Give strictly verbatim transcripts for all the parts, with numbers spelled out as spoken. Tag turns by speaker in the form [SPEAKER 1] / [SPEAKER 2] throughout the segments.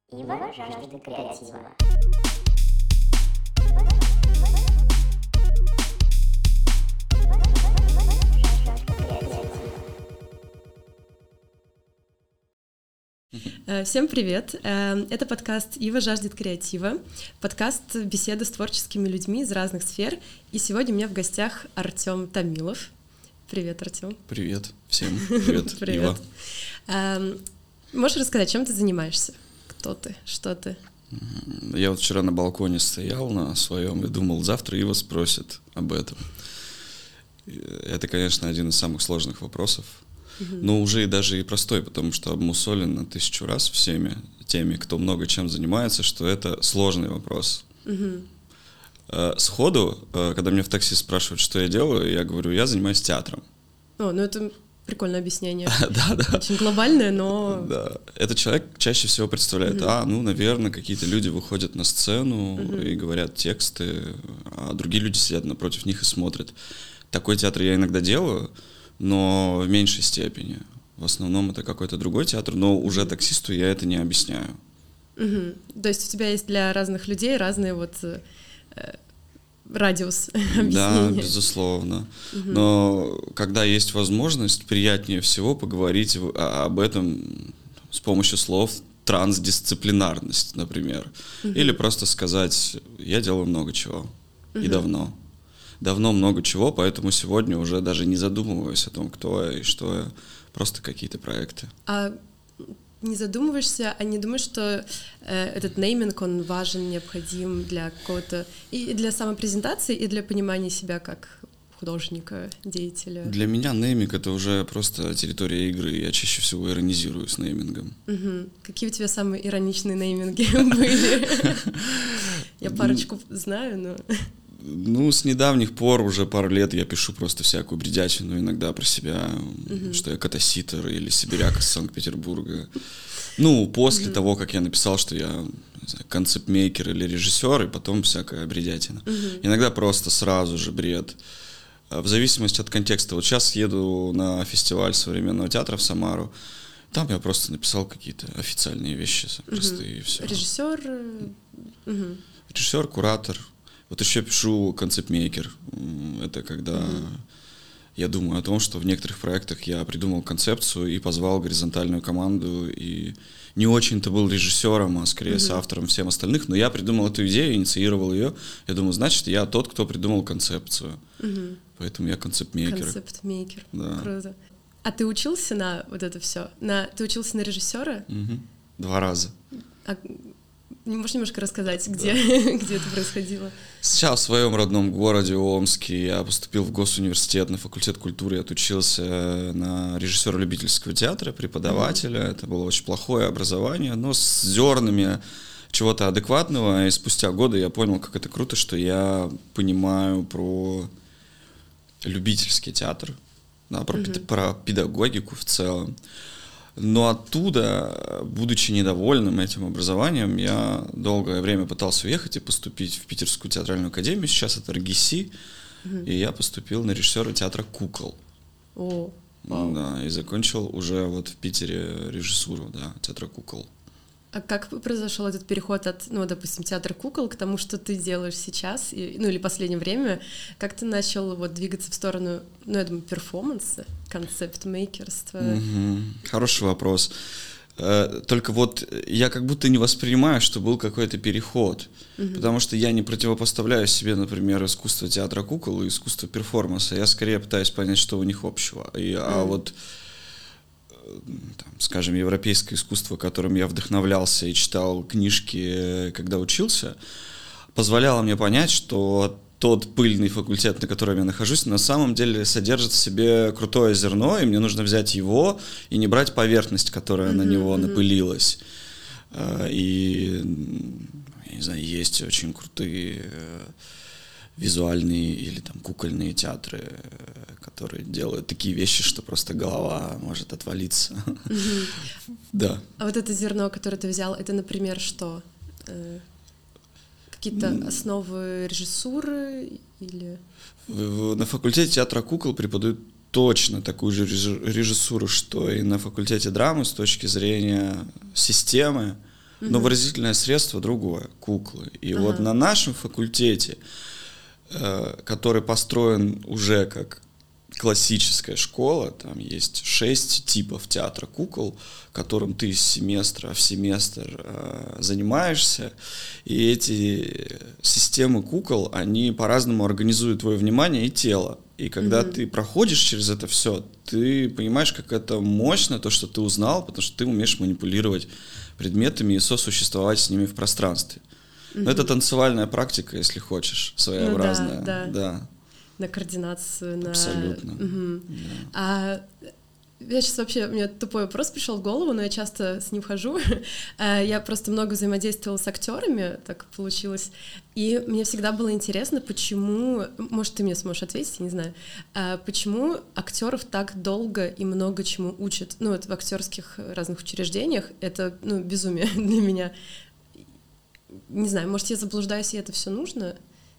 [SPEAKER 1] Ива жаждет креатива.
[SPEAKER 2] Всем привет! Это подкаст «Ива жаждет креатива», подкаст беседы с творческими людьми из разных сфер. И сегодня у меня в гостях Артём Томилов. Привет, Артём.
[SPEAKER 3] Привет всем. Привет,
[SPEAKER 2] Привет.
[SPEAKER 3] Ива.
[SPEAKER 2] Можешь рассказать, чем ты занимаешься? Кто ты? Что ты?
[SPEAKER 3] Я вот вчера на балконе стоял на своем и думал, завтра Ива спросит об этом. Это, конечно, один из самых сложных вопросов. Uh-huh. Но уже и даже и простой, потому что обмусолен на тысячу раз всеми теми, кто много чем занимается, что это сложный вопрос. Uh-huh. Сходу, когда меня в такси спрашивают, что я делаю, я говорю, я занимаюсь театром.
[SPEAKER 2] О, ну это прикольное объяснение.
[SPEAKER 3] Да, да.
[SPEAKER 2] Очень глобальное, но...
[SPEAKER 3] Да. Этот человек чаще всего представляет, uh-huh. а, ну, наверное, какие-то люди выходят на сцену uh-huh. и говорят тексты, а другие люди сидят напротив них и смотрят. Такой театр я иногда делаю, но в меньшей степени. В основном это какой-то другой театр, но уже таксисту я это не объясняю.
[SPEAKER 2] Угу. То есть у тебя есть для разных людей разный вот э, радиус объяснения.
[SPEAKER 3] Да, безусловно. Угу. Но когда есть возможность, приятнее всего поговорить об этом с помощью слов трансдисциплинарность, например. Угу. Или просто сказать, я делаю много чего. Угу. И давно. Давно много чего, поэтому сегодня уже даже не задумываюсь о том, кто я и что я, просто какие-то проекты.
[SPEAKER 2] А не задумываешься, а не думаешь, что э, этот нейминг, он важен, необходим для какого-то... И для самопрезентации, и для понимания себя как художника, деятеля?
[SPEAKER 3] Для меня нейминг — это уже просто территория игры, я чаще всего иронизирую с неймингом.
[SPEAKER 2] Угу. Какие у тебя самые ироничные нейминги были? Я парочку знаю, но...
[SPEAKER 3] Ну, с недавних пор, уже пару лет, я пишу просто всякую бредячину иногда про себя, uh-huh. что я катаситер или сибиряк из Санкт-Петербурга. Ну, после uh-huh. того, как я написал, что я концепт-мейкер или режиссер, и потом всякая бредятина. Uh-huh. Иногда просто сразу же бред. В зависимости от контекста. Вот сейчас еду на фестиваль современного театра в Самару. Там я просто написал какие-то официальные вещи, uh-huh. простые, и все.
[SPEAKER 2] Режиссер? Uh-huh.
[SPEAKER 3] Режиссер, куратор. Вот еще пишу концепт-мейкер. Это когда mm-hmm. я думаю о том, что в некоторых проектах я придумал концепцию и позвал горизонтальную команду, и не очень-то был режиссером, а скорее mm-hmm. соавтором всем остальных, но я придумал эту идею, инициировал ее. Я думаю, значит, я тот, кто придумал концепцию. Mm-hmm. Поэтому я концепт-мейкер.
[SPEAKER 2] Концепт-мейкер.
[SPEAKER 3] Да.
[SPEAKER 2] Круто. А ты учился на вот это все? На... Ты учился на режиссера?
[SPEAKER 3] Mm-hmm. Два раза.
[SPEAKER 2] А... Можешь немножко рассказать, где, да. где это происходило?
[SPEAKER 3] Сейчас в своем родном городе Омске я поступил в госуниверситет на факультет культуры, я отучился на режиссера любительского театра, преподавателя. Mm-hmm. Это было очень плохое образование, но с зернами чего-то адекватного. И спустя годы я понял, как это круто, что я понимаю про любительский театр, да, про, mm-hmm. про педагогику в целом. Но оттуда, будучи недовольным этим образованием, я долгое время пытался уехать и поступить в Питерскую театральную академию. Сейчас это эр гэ эс и, угу. и я поступил на режиссера театра кукол.
[SPEAKER 2] О,
[SPEAKER 3] да, и закончил уже вот в Питере режиссуру, да, театра кукол.
[SPEAKER 2] А как произошел этот переход от, ну, допустим, театра кукол к тому, что ты делаешь сейчас, и, ну, или в последнее время? Как ты начал вот двигаться в сторону, ну, я думаю, перформанса, концепт-мейкерства?
[SPEAKER 3] Угу. Хороший вопрос. Только вот я как будто не воспринимаю, что был какой-то переход, угу. потому что я не противопоставляю себе, например, искусство театра кукол и искусство перформанса. Я скорее пытаюсь понять, что у них общего. И, угу. А вот... Там, скажем, европейское искусство, которым я вдохновлялся и читал книжки, когда учился, позволяло мне понять, что тот пыльный факультет, на котором я нахожусь, на самом деле содержит в себе крутое зерно, и мне нужно взять его и не брать поверхность, которая mm-hmm, на него mm-hmm. напылилась. И, я не знаю, есть очень крутые визуальные или там кукольные театры, которые делают такие вещи, что просто голова может отвалиться. Mm-hmm. Да.
[SPEAKER 2] А вот это зерно, которое ты взял, это, например, что? Какие-то mm. основы режиссуры или?
[SPEAKER 3] На факультете театра кукол преподают точно такую же режиссуру, что и на факультете драмы с точки зрения системы, но выразительное средство другое, куклы. И ага. вот на нашем факультете, э, который построен уже как классическая школа, там есть шесть типов театра кукол, которым ты из семестра в семестр э, занимаешься, и эти системы кукол, они по-разному организуют твое внимание и тело. И когда mm-hmm. ты проходишь через это все, ты понимаешь, как это мощно, то, что ты узнал, потому что ты умеешь манипулировать предметами и сосуществовать с ними в пространстве. Mm-hmm. Но это танцевальная практика, если хочешь, своеобразная.
[SPEAKER 2] Ну, да, да.
[SPEAKER 3] да.
[SPEAKER 2] На координацию, на...
[SPEAKER 3] Абсолютно.
[SPEAKER 2] Угу.
[SPEAKER 3] Да.
[SPEAKER 2] А я сейчас вообще... У меня тупой вопрос пришел в голову, но я часто с ним хожу. Я просто много взаимодействовала с актерами, так получилось. И мне всегда было интересно, почему... Может, ты мне сможешь ответить, не знаю. Почему актеров так долго и много чему учат? Ну, вот в актерских разных учреждениях это, ну, безумие для меня. Не знаю, может, я заблуждаюсь, и это все нужно?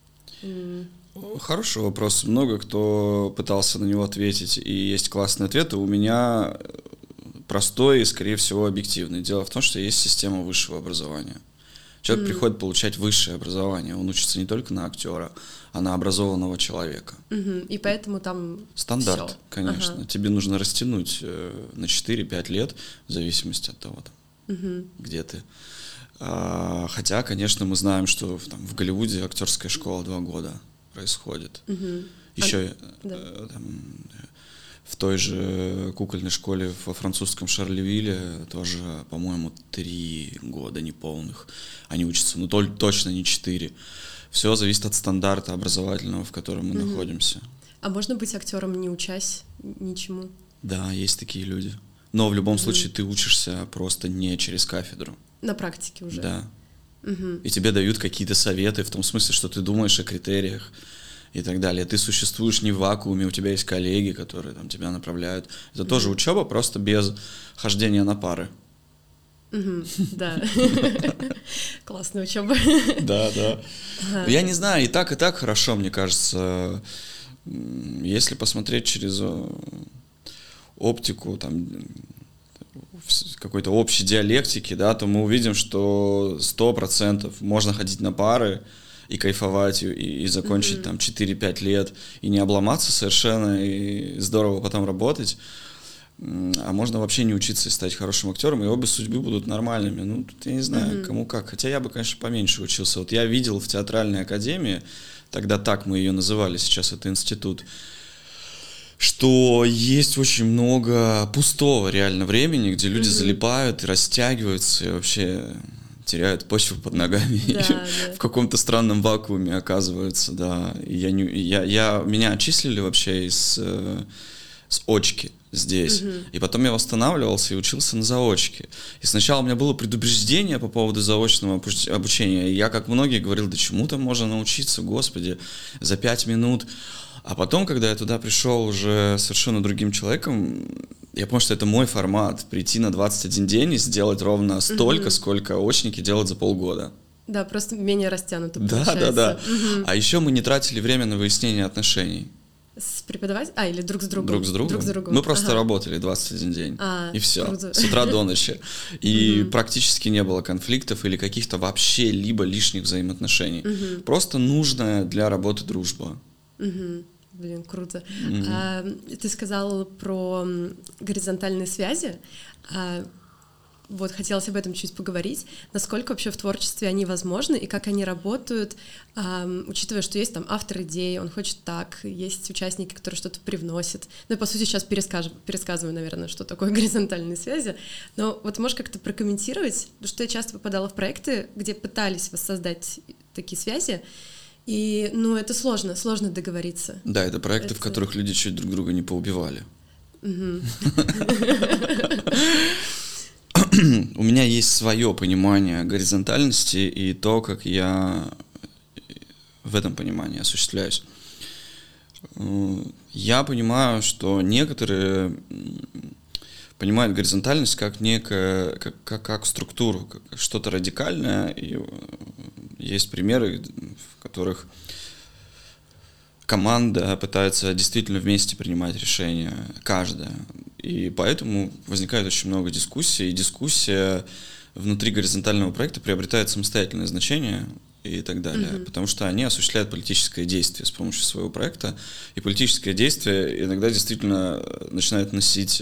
[SPEAKER 3] Хороший вопрос. Много кто пытался на него ответить, и есть классные ответы. У меня простой и, скорее всего, объективный. Дело в том, что есть система высшего образования. Человек mm-hmm. приходит получать высшее образование. Он учится не только на актера, а на образованного человека.
[SPEAKER 2] Mm-hmm. И поэтому там
[SPEAKER 3] стандарт,
[SPEAKER 2] всё.
[SPEAKER 3] конечно. Ага. Тебе нужно растянуть э, на четыре-пять лет, в зависимости от того, там, mm-hmm. где ты. А, хотя, конечно, мы знаем, что там, в Голливуде актерская школа два года происходит.
[SPEAKER 2] Угу.
[SPEAKER 3] Еще
[SPEAKER 2] а, да.
[SPEAKER 3] э, там, в той же кукольной школе во французском Шарлевилле тоже, по-моему, три года неполных. Они учатся, ну толь, точно не четыре. Все зависит от стандарта образовательного, в котором мы угу. находимся.
[SPEAKER 2] А можно быть актером, не учась ничему?
[SPEAKER 3] Да, есть такие люди. Но в любом угу. случае ты учишься просто не через кафедру.
[SPEAKER 2] На практике уже?
[SPEAKER 3] Да.
[SPEAKER 2] Угу.
[SPEAKER 3] И тебе дают какие-то советы в том смысле, что ты думаешь о критериях и так далее. Ты существуешь не в вакууме, у тебя есть коллеги, которые там тебя направляют. Это угу. тоже учеба, просто без хождения на пары.
[SPEAKER 2] Угу. Да. Классная учеба.
[SPEAKER 3] Да, да. Я не знаю, и так, и так хорошо, мне кажется. Если посмотреть через оптику, там, какой-то общей диалектики, да, то мы увидим, что сто процентов можно ходить на пары и кайфовать, и, и закончить mm-hmm. там четыре-пять лет, и не обломаться совершенно, и здорово потом работать. А можно вообще не учиться и стать хорошим актером, и обе судьбы будут нормальными. Ну, тут я не знаю, mm-hmm. кому как. Хотя я бы, конечно, поменьше учился. Вот я видел в театральной академии, тогда так мы ее называли, сейчас это институт, что есть очень много пустого реально времени, где люди mm-hmm. залипают и растягиваются, и вообще теряют почву под ногами, да, и да. в каком-то странном вакууме оказываются, да. И я не, я, я, меня отчислили вообще из, с очки здесь, mm-hmm. и потом я восстанавливался и учился на заочке. И сначала у меня было предубеждение по поводу заочного обучения, и я, как многие, говорил, да чему там можно научиться, господи, за пять минут. А потом, когда я туда пришел уже совершенно другим человеком, я понял, что это мой формат. Прийти на двадцать один день и сделать ровно столько, mm-hmm. сколько очники делают за полгода.
[SPEAKER 2] Да, просто менее растянуто
[SPEAKER 3] да,
[SPEAKER 2] получается.
[SPEAKER 3] Да, да, да.
[SPEAKER 2] Mm-hmm.
[SPEAKER 3] А еще мы не тратили время на выяснение отношений.
[SPEAKER 2] С преподавателем? А, или друг с другом?
[SPEAKER 3] Друг с другом.
[SPEAKER 2] Друг с другом.
[SPEAKER 3] Мы просто
[SPEAKER 2] ага.
[SPEAKER 3] работали двадцать один день. А, и все.
[SPEAKER 2] Круто.
[SPEAKER 3] С утра до ночи. И mm-hmm. практически не было конфликтов или каких-то вообще либо лишних взаимоотношений. Mm-hmm. Просто нужная для работы дружба.
[SPEAKER 2] Mm-hmm. Блин, круто.
[SPEAKER 3] Mm-hmm.
[SPEAKER 2] А, ты сказала про горизонтальные связи. А, вот, хотелось об этом чуть поговорить. Насколько вообще в творчестве они возможны и как они работают, а, учитывая, что есть там автор идеи, он хочет так, есть участники, которые что-то привносят. Ну, я, по сути, сейчас перескажу, пересказываю, наверное, что такое горизонтальные связи. Но вот можешь как-то прокомментировать, потому что я часто попадала в проекты, где пытались воссоздать такие связи, и, ну, это сложно, сложно договориться.
[SPEAKER 3] Да, это проекты, это... в которых люди чуть друг друга не поубивали. У меня есть свое понимание горизонтальности и то, как я в этом понимании осуществляюсь. Я понимаю, что некоторые понимают горизонтальность как некое, как, как, как структуру, как что-то радикальное. И есть примеры, в которых команда пытается действительно вместе принимать решения, каждая. И поэтому возникает очень много дискуссий. И дискуссия внутри горизонтального проекта приобретают самостоятельное значение и так далее, mm-hmm. потому что они осуществляют политическое действие с помощью своего проекта, и политическое действие иногда действительно начинает носить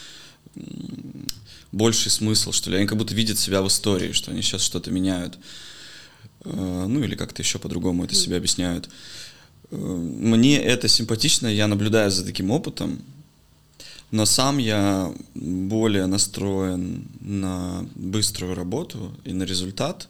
[SPEAKER 3] больший смысл, что ли, они как будто видят себя в истории, что они сейчас что-то меняют, ну или как-то еще по-другому это mm-hmm. себе объясняют. Мне это симпатично, я наблюдаю за таким опытом, но сам я более настроен на быструю работу и на результат,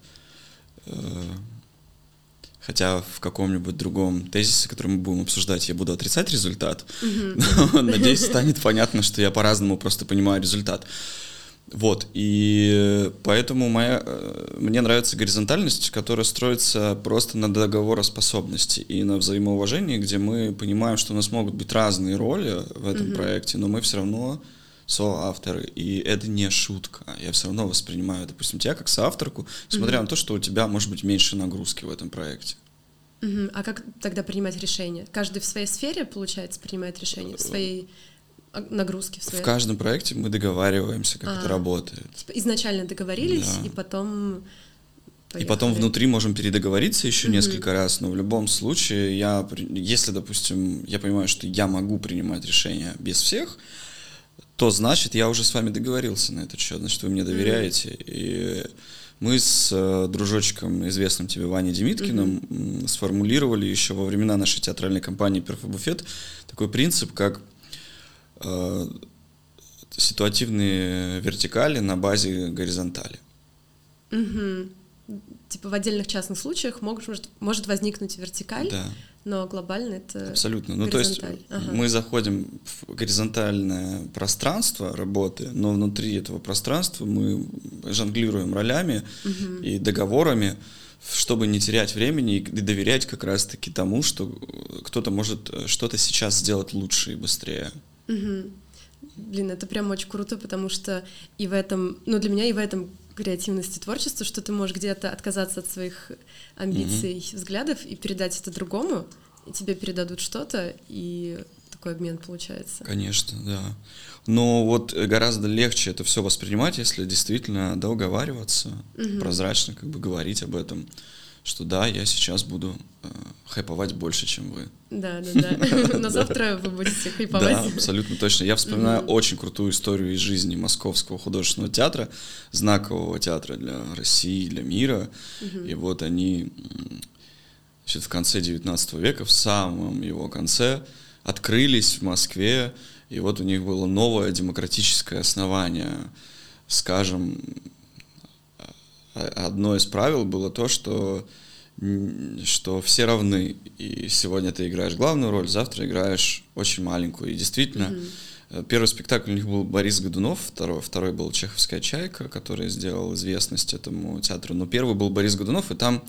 [SPEAKER 3] хотя в каком-нибудь другом тезисе, который мы будем обсуждать, я буду отрицать результат, mm-hmm. но, надеюсь, станет понятно, что я по-разному просто понимаю результат. Вот, и поэтому моя, мне нравится горизонтальность, которая строится просто на договороспособности и на взаимоуважении, где мы понимаем, что у нас могут быть разные роли в этом mm-hmm. проекте, но мы все равно соавторы, и это не шутка. Я все равно воспринимаю, допустим, тебя как соавторку, несмотря mm-hmm. на то, что у тебя может быть меньше нагрузки в этом проекте.
[SPEAKER 2] Mm-hmm. А как тогда принимать решения? Каждый в своей сфере, получается, принимает решения, в своей... нагрузки в своей.
[SPEAKER 3] В каждом проекте мы договариваемся, как а, это работает.
[SPEAKER 2] Изначально договорились, да. и потом поехали.
[SPEAKER 3] И потом внутри можем передоговориться еще mm-hmm. несколько раз, но в любом случае, я, если, допустим, я понимаю, что я могу принимать решения без всех, то значит, я уже с вами договорился на этот счет, значит, вы мне доверяете. Mm-hmm. И мы с дружочком, известным тебе Ваней Демиткиным, mm-hmm. сформулировали еще во времена нашей театральной компании «Перфобуфет» такой принцип, как ситуативные вертикали на базе горизонтали.
[SPEAKER 2] Угу. Типа в отдельных частных случаях может, может возникнуть вертикаль, да. но глобально это
[SPEAKER 3] абсолютно. Ну, то есть ага. мы заходим в горизонтальное пространство работы, но внутри этого пространства мы жонглируем ролями угу. и договорами, чтобы не терять времени и доверять как раз-таки тому, что кто-то может что-то сейчас сделать лучше и быстрее.
[SPEAKER 2] Угу. Блин, это прям очень круто, потому что и в этом, ну для меня и в этом креативность и творчество, что ты можешь где-то отказаться от своих амбиций, угу. взглядов и передать это другому, и тебе передадут что-то, и такой обмен получается.
[SPEAKER 3] Конечно, да. Но вот гораздо легче это все воспринимать, если действительно договариваться, угу. прозрачно как бы говорить об этом, что да, я сейчас буду э, хайповать больше, чем вы.
[SPEAKER 2] Да, да, да. Но завтра вы будете хайповать.
[SPEAKER 3] Да, абсолютно точно. Я вспоминаю очень крутую историю из жизни Московского художественного театра, знакового театра для России, для мира. И вот они значит, в конце девятнадцатого века, в самом его конце, открылись в Москве, и вот у них было новое демократическое основание, скажем. Одно из правил было то, что, что все равны. И сегодня ты играешь главную роль, завтра играешь очень маленькую. И действительно, mm-hmm. первый спектакль у них был Борис Годунов, второй, второй был «Чеховская чайка», который сделал известность этому театру. Но первый был Борис Годунов, и там...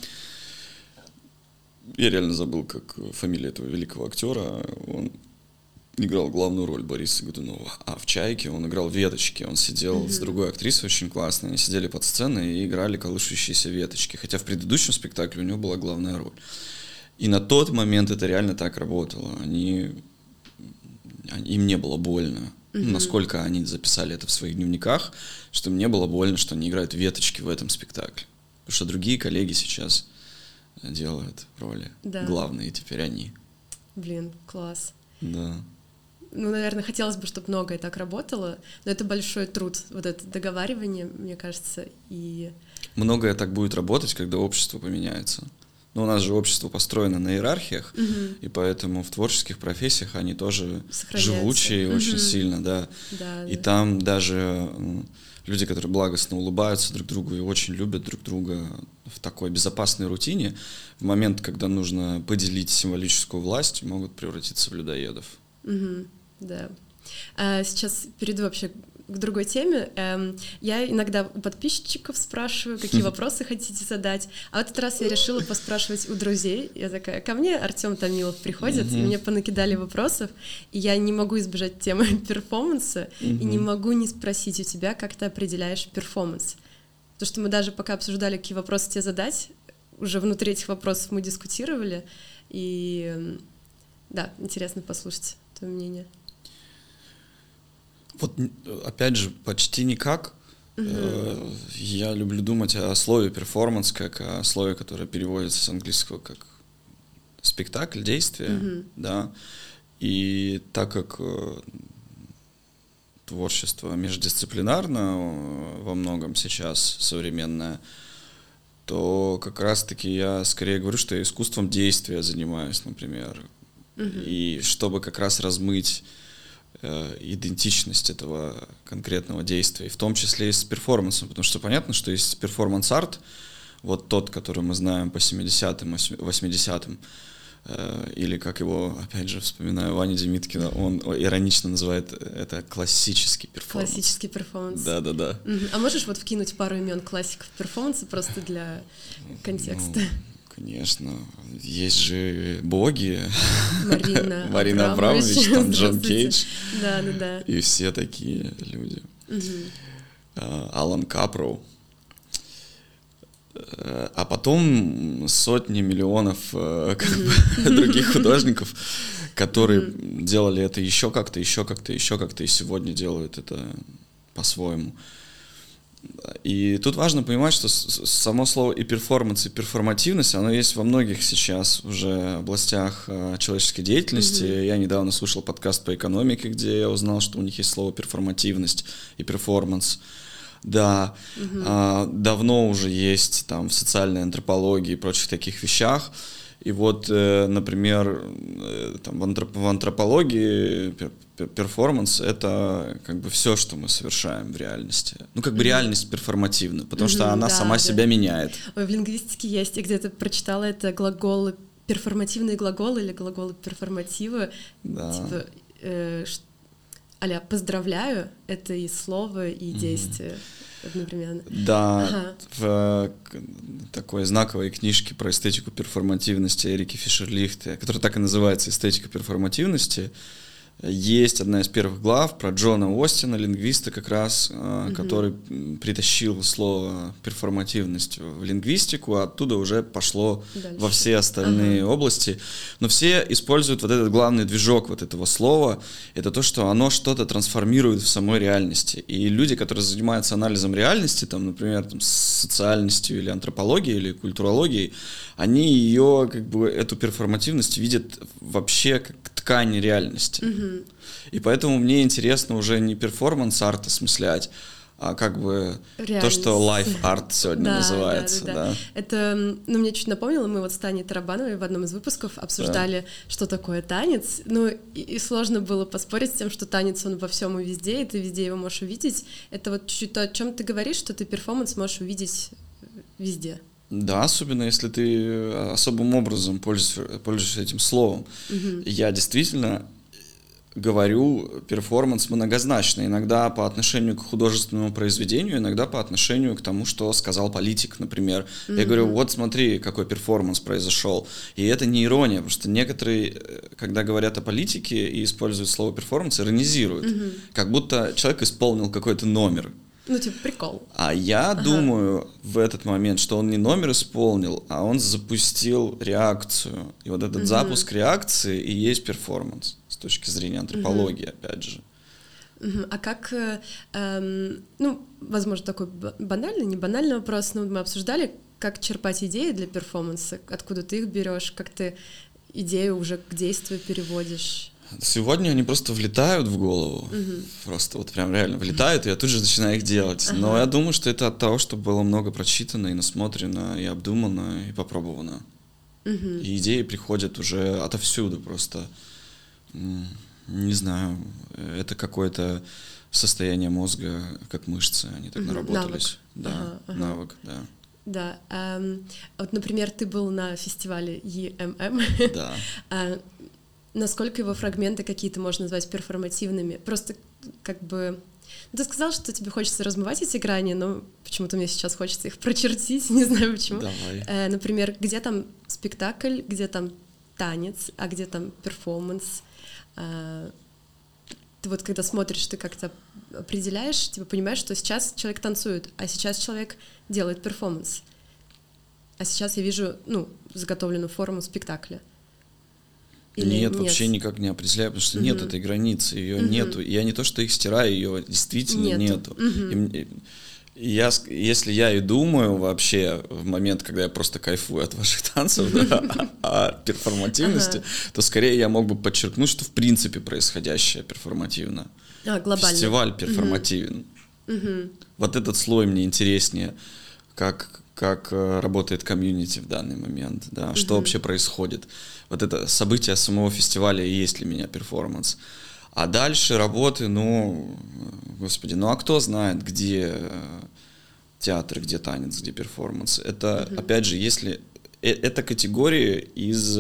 [SPEAKER 3] Я реально забыл, как фамилия этого великого актера. Он играл главную роль Бориса Годунова. А в «Чайке» он играл веточки. Он сидел mm-hmm. с другой актрисой очень классной. Они сидели под сценой и играли колышущиеся веточки. Хотя в предыдущем спектакле у него была главная роль. И на тот момент это реально так работало. Они... Им не было больно. Mm-hmm. Насколько они записали это в своих дневниках, что мне было больно, что они играют веточки в этом спектакле. Потому что другие коллеги сейчас делают роли да. главные, теперь они.
[SPEAKER 2] Блин, класс.
[SPEAKER 3] Да.
[SPEAKER 2] Ну, наверное, хотелось бы, чтобы многое так работало, но это большой труд, вот это договаривание, мне кажется, и...
[SPEAKER 3] Многое так будет работать, когда общество поменяется. Но у нас же общество построено на иерархиях, угу. и поэтому в творческих профессиях они тоже живучие угу. очень сильно, да.
[SPEAKER 2] да
[SPEAKER 3] и
[SPEAKER 2] да.
[SPEAKER 3] там даже люди, которые благостно улыбаются друг другу и очень любят друг друга в такой безопасной рутине, в момент, когда нужно поделить символическую власть, могут превратиться в людоедов.
[SPEAKER 2] Угу. Да. А сейчас перейду вообще к другой теме. Эм, я иногда у подписчиков спрашиваю, какие вопросы хотите задать. А в этот раз я решила поспрашивать у друзей. Я такая, ко мне Артём Томилов приходит, и мне понакидали вопросов, и я не могу избежать темы перформанса, и не могу не спросить у тебя, как ты определяешь перформанс. Потому что мы даже пока обсуждали, какие вопросы тебе задать, уже внутри этих вопросов мы дискутировали, и да, интересно послушать твое мнение.
[SPEAKER 3] Вот, опять же, почти никак, Uh-huh. Я люблю думать о слове перформанс как о слове, которое переводится с английского как спектакль, действие, uh-huh. да. И так как творчество междисциплинарно во многом сейчас современное, то как раз-таки я скорее говорю, что я искусством действия занимаюсь, например. Uh-huh. И чтобы как раз размыть э, идентичность этого конкретного действия, и в том числе и с перформансом, потому что понятно, что есть перформанс-арт, вот тот, который мы знаем по семидесятым, восьмидесятым, э, или как его, опять же, вспоминаю Ваню Демиткина, он иронично называет это классический перформанс.
[SPEAKER 2] Классический перформанс.
[SPEAKER 3] Да-да-да.
[SPEAKER 2] Uh-huh. А можешь вот вкинуть пару имен классиков перформанса просто для контекста?
[SPEAKER 3] Ну, конечно. Есть же боги.
[SPEAKER 2] Марина,
[SPEAKER 3] Марина Абрамович, там Джон Кейдж.
[SPEAKER 2] Да, да, да.
[SPEAKER 3] И все такие люди. Uh-huh. Алан Капроу. А потом сотни миллионов mm-hmm. других художников, которые mm-hmm. делали это еще как-то, еще как-то, еще как-то, и сегодня делают это по-своему. И тут важно понимать, что само слово и перформанс, и перформативность, оно есть во многих сейчас уже областях человеческой деятельности. Mm-hmm. Я недавно слушал подкаст по экономике, где я узнал, что у них есть слово перформативность и перформанс. Да, uh-huh. а, давно уже есть там в социальной антропологии и прочих таких вещах. И вот, э, например, э, там, в, антроп- в антропологии пер- пер- перформанс — это как бы все, что мы совершаем в реальности. Ну, как бы uh-huh. реальность перформативна, потому uh-huh, что она да, сама да. себя меняет.
[SPEAKER 2] Ой, в лингвистике есть, я где-то прочитала это глаголы, перформативные глаголы или глаголы перформативы. Да. Типа, э, а-ля «поздравляю» — это и слово, и действие mm-hmm. одновременно.
[SPEAKER 3] Да, ага. в такой знаковой книжке про эстетику перформативности Эрики Фишер-Лихте, которая так и называется «Эстетика перформативности», есть одна из первых глав про Джона Остина, лингвиста как раз, mm-hmm. который притащил слово перформативность в лингвистику, а оттуда уже пошло дальше во все остальные ага. области. Но все используют вот этот главный движок вот этого слова, это то, что оно что-то трансформирует в самой реальности. И люди, которые занимаются анализом реальности, там, например, там, социальностью или антропологией, или культурологией, они ее, как бы, эту перформативность видят вообще как ткань реальности. Mm-hmm. И поэтому мне интересно уже не перформанс-арт осмыслять, а как бы реальность. То, что лайф-арт сегодня да, называется. Да, да, да.
[SPEAKER 2] Да. Это, ну, мне чуть напомнило, мы вот с Таней Тарабановой в одном из выпусков обсуждали, да. что такое танец. Ну, и, и сложно было поспорить с тем, что танец, он во всем и везде, и ты везде его можешь увидеть. Это вот чуть-чуть то, о чем ты говоришь, что ты перформанс можешь увидеть везде.
[SPEAKER 3] Да, особенно если ты особым образом пользуешься, пользуешься этим словом. Угу. Я действительно говорю перформанс многозначно. Иногда по отношению к художественному произведению, иногда по отношению к тому, что сказал политик, например. Mm-hmm. Я говорю, вот смотри, какой перформанс произошел. И это не ирония, потому что некоторые, когда говорят о политике и используют слово перформанс, иронизируют. Mm-hmm. Как будто человек исполнил какой-то номер.
[SPEAKER 2] Ну, типа прикол.
[SPEAKER 3] А я ага. думаю в этот момент, что он не номер исполнил, а он запустил реакцию. И вот этот mm-hmm. запуск реакции и есть перформанс с точки зрения антропологии, mm-hmm. опять же.
[SPEAKER 2] Mm-hmm. А как, эм, ну, возможно, такой банальный, не банальный вопрос, но мы обсуждали, как черпать идеи для перформанса, откуда ты их берешь, как ты идею уже к действию переводишь.
[SPEAKER 3] Сегодня они просто влетают в голову, uh-huh. просто вот прям реально влетают, и я тут же начинаю их делать. Uh-huh. Но я думаю, что это от того, что было много прочитано, и насмотрено, и обдумано, и попробовано. Uh-huh. И идеи приходят уже отовсюду просто. Не знаю, это какое-то состояние мозга, как мышцы, они так uh-huh. наработались.
[SPEAKER 2] Навык.
[SPEAKER 3] Да,
[SPEAKER 2] uh-huh. Uh-huh.
[SPEAKER 3] навык, да.
[SPEAKER 2] Да, эм, вот, например, ты был на фестивале и эм эм.
[SPEAKER 3] Да.
[SPEAKER 2] Насколько его фрагменты какие-то можно назвать перформативными? Просто как бы... Ну, ты сказал, что тебе хочется размывать эти грани, но почему-то мне сейчас хочется их прочертить, не знаю почему.
[SPEAKER 3] Давай.
[SPEAKER 2] Э, например, где там спектакль, где там танец, а где там перформанс? Э, ты вот когда смотришь, ты как-то определяешь, типа понимаешь, что сейчас человек танцует, а сейчас человек делает перформанс. А сейчас я вижу, ну, заготовленную форму спектакля. Или
[SPEAKER 3] нет,
[SPEAKER 2] нет,
[SPEAKER 3] вообще никак не определяю, потому что uh-huh. нет этой границы, ее uh-huh. нету. Я не то, что их стираю, ее действительно
[SPEAKER 2] нету.
[SPEAKER 3] нету.
[SPEAKER 2] Uh-huh.
[SPEAKER 3] И мне, Я, если я и думаю вообще в момент, когда я просто кайфую от ваших танцев, да, о перформативности, ага. то скорее я мог бы подчеркнуть, что в принципе происходящее перформативно.
[SPEAKER 2] А, глобально.
[SPEAKER 3] Фестиваль перформативен.
[SPEAKER 2] Угу.
[SPEAKER 3] Вот этот слой мне интереснее, как, как работает комьюнити в данный момент, да, угу. что вообще происходит. Вот это событие самого фестиваля и есть для меня перформанс. А дальше работы, ну, господи, ну а кто знает, где театр, где танец, где перформанс. Это, mm-hmm. опять же, если... Это категории из,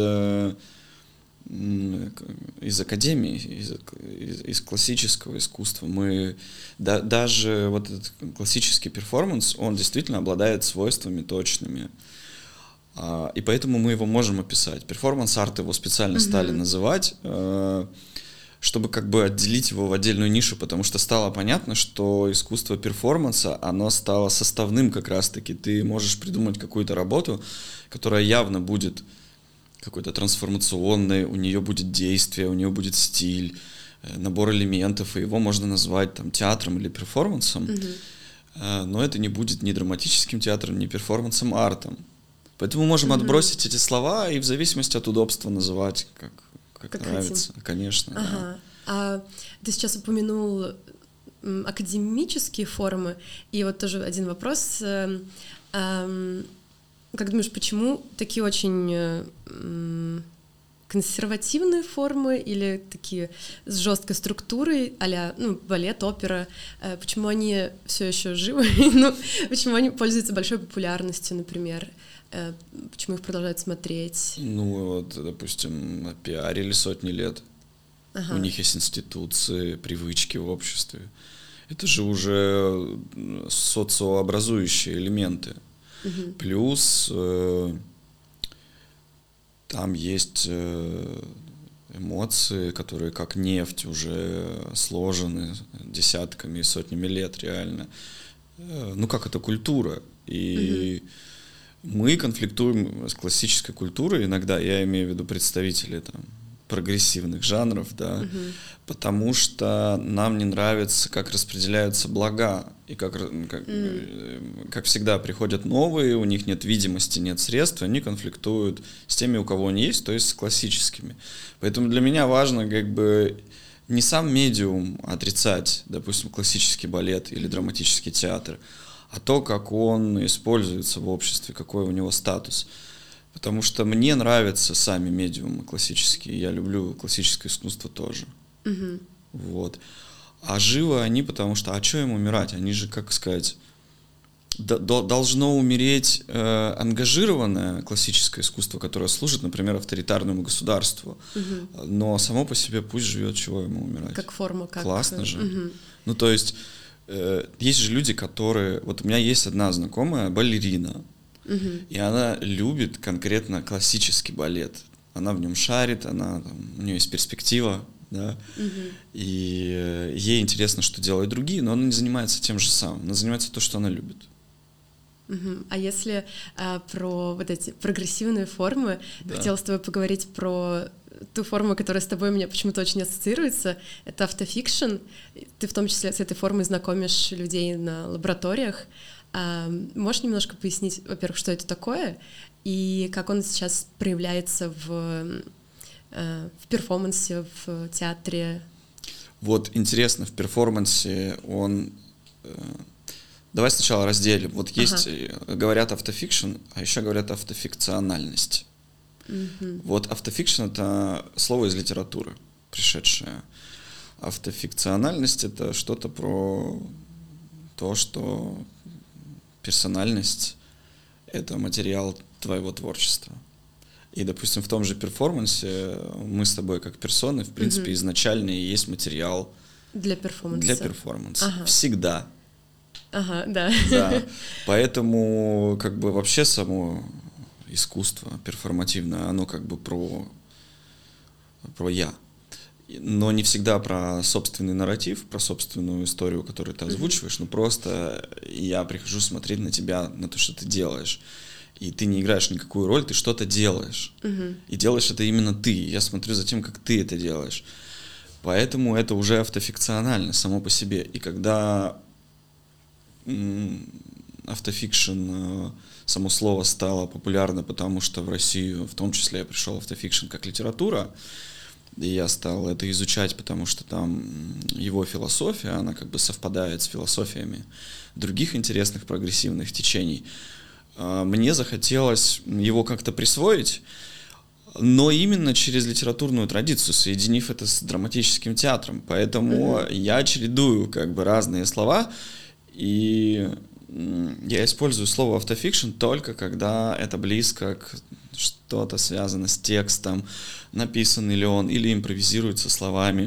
[SPEAKER 3] из академии, из, из, из классического искусства. Мы, да, даже вот этот классический перформанс, он действительно обладает свойствами точными. И поэтому мы его можем описать. Перформанс-арт его специально mm-hmm. стали называть, чтобы как бы отделить его в отдельную нишу, потому что стало понятно, что искусство перформанса, оно стало составным как раз-таки. Ты можешь придумать какую-то работу, которая явно будет какой-то трансформационной, у нее будет действие, у нее будет стиль, набор элементов, и его можно назвать там театром или перформансом, mm-hmm. но это не будет ни драматическим театром, ни перформансом, артом. Поэтому мы можем mm-hmm. отбросить эти слова и в зависимости от удобства называть как Как, как нравится, хотим. Конечно.
[SPEAKER 2] Ага.
[SPEAKER 3] Да.
[SPEAKER 2] А ты сейчас упомянул м, академические формы, и вот тоже один вопрос. Э, э, как думаешь, почему такие очень э, консервативные формы или такие с жесткой структурой, а-ля ну, балет, опера, э, почему они все еще живы? Ну, почему они пользуются большой популярностью, например? Почему их продолжают смотреть?
[SPEAKER 3] Ну, вот, допустим, пиарили сотни лет. Ага. У них есть институции, привычки в обществе. Это же уже социообразующие элементы. Угу. Плюс э, там есть э, эмоции, которые как нефть уже сложены десятками и сотнями лет реально. Э, ну, как это культура. И... Угу. Мы конфликтуем с классической культурой иногда, я имею в виду представителей там, прогрессивных жанров, да, uh-huh. потому что нам не нравится, как распределяются блага, и как, как, mm. как всегда приходят новые, у них нет видимости, нет средств, они конфликтуют с теми, у кого они есть, то есть с классическими. Поэтому для меня важно как бы не сам медиум отрицать, допустим, классический балет или драматический театр, а то, как он используется в обществе, какой у него статус. Потому что мне нравятся сами медиумы классические, я люблю классическое искусство тоже.
[SPEAKER 2] Угу.
[SPEAKER 3] Вот. А живы они, потому что, а что им умирать? Они же, как сказать, д- должно умереть э, ангажированное классическое искусство, которое служит, например, авторитарному государству. Угу. Но само по себе пусть живет, чего ему умирать.
[SPEAKER 2] Как форма. Как...
[SPEAKER 3] Классно же.
[SPEAKER 2] Угу.
[SPEAKER 3] Ну, то есть... Есть же люди, которые... Вот у меня есть одна знакомая, балерина, uh-huh. и она любит конкретно классический балет. Она в нем шарит, она, там, у нее есть перспектива, да, uh-huh. и ей интересно, что делают другие, но она не занимается тем же самым, она занимается то, что она любит.
[SPEAKER 2] Uh-huh. А если а, про вот эти прогрессивные формы,
[SPEAKER 3] да.
[SPEAKER 2] хотела с тобой поговорить про... ту форму, которая с тобой у меня почему-то очень ассоциируется, это автофикшн. Ты в том числе с этой формой знакомишь людей на лабораториях. А можешь немножко пояснить, во-первых, что это такое, и как он сейчас проявляется в, в перформансе, в театре?
[SPEAKER 3] Вот интересно, в перформансе он... Давай сначала разделим. Вот есть, ага. говорят автофикшн, а еще говорят автофикциональность. Mm-hmm. Вот автофикшн — это слово из литературы, пришедшее. Автофикциональность — это что-то про то, что персональность — это материал твоего творчества. И, допустим, в том же перформансе мы с тобой как персоны, в принципе, mm-hmm. изначально и есть материал
[SPEAKER 2] для перформанса.
[SPEAKER 3] Для перформанса.
[SPEAKER 2] Ага.
[SPEAKER 3] Всегда.
[SPEAKER 2] Ага, да.
[SPEAKER 3] Да. Поэтому как бы вообще само... искусство перформативное, оно как бы про, про «я». Но не всегда про собственный нарратив, про собственную историю, которую ты озвучиваешь, mm-hmm. но просто я прихожу смотреть на тебя, на то, что ты делаешь. И ты не играешь никакую роль, ты что-то делаешь. Mm-hmm. И делаешь это именно ты. Я смотрю за тем, как ты это делаешь. Поэтому это уже автофикционально само по себе. И когда автофикшн, само слово стало популярно, потому что в Россию, в том числе, пришел автофикшн как литература, и я стал это изучать, потому что там его философия, она как бы совпадает с философиями других интересных прогрессивных течений. Мне захотелось его как-то присвоить, но именно через литературную традицию, соединив это с драматическим театром. Поэтому mm-hmm. я чередую как бы разные слова, и я использую слово автофикшн только когда это близко к что-то связано с текстом, написанный ли он или импровизируется словами.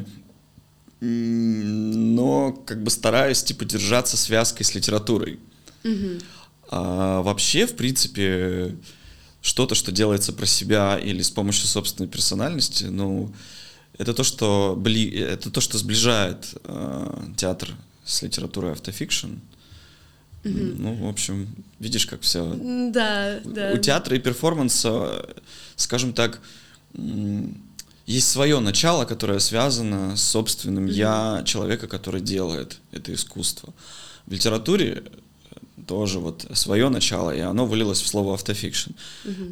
[SPEAKER 3] Но как бы стараюсь типа держаться связкой с литературой. Mm-hmm. А вообще, в принципе, что-то, что делается про себя или с помощью собственной персональности, ну, это то, что, бли... это то, что сближает э, театр с литературой автофикшн. Mm-hmm. Ну, в общем, видишь, как все.
[SPEAKER 2] Да, да.
[SPEAKER 3] У театра и перформанса, скажем так, есть свое начало, которое связано с собственным mm-hmm. я человека, который делает это искусство. В литературе тоже вот свое начало, и оно вылилось в слово автофикшн. Mm-hmm.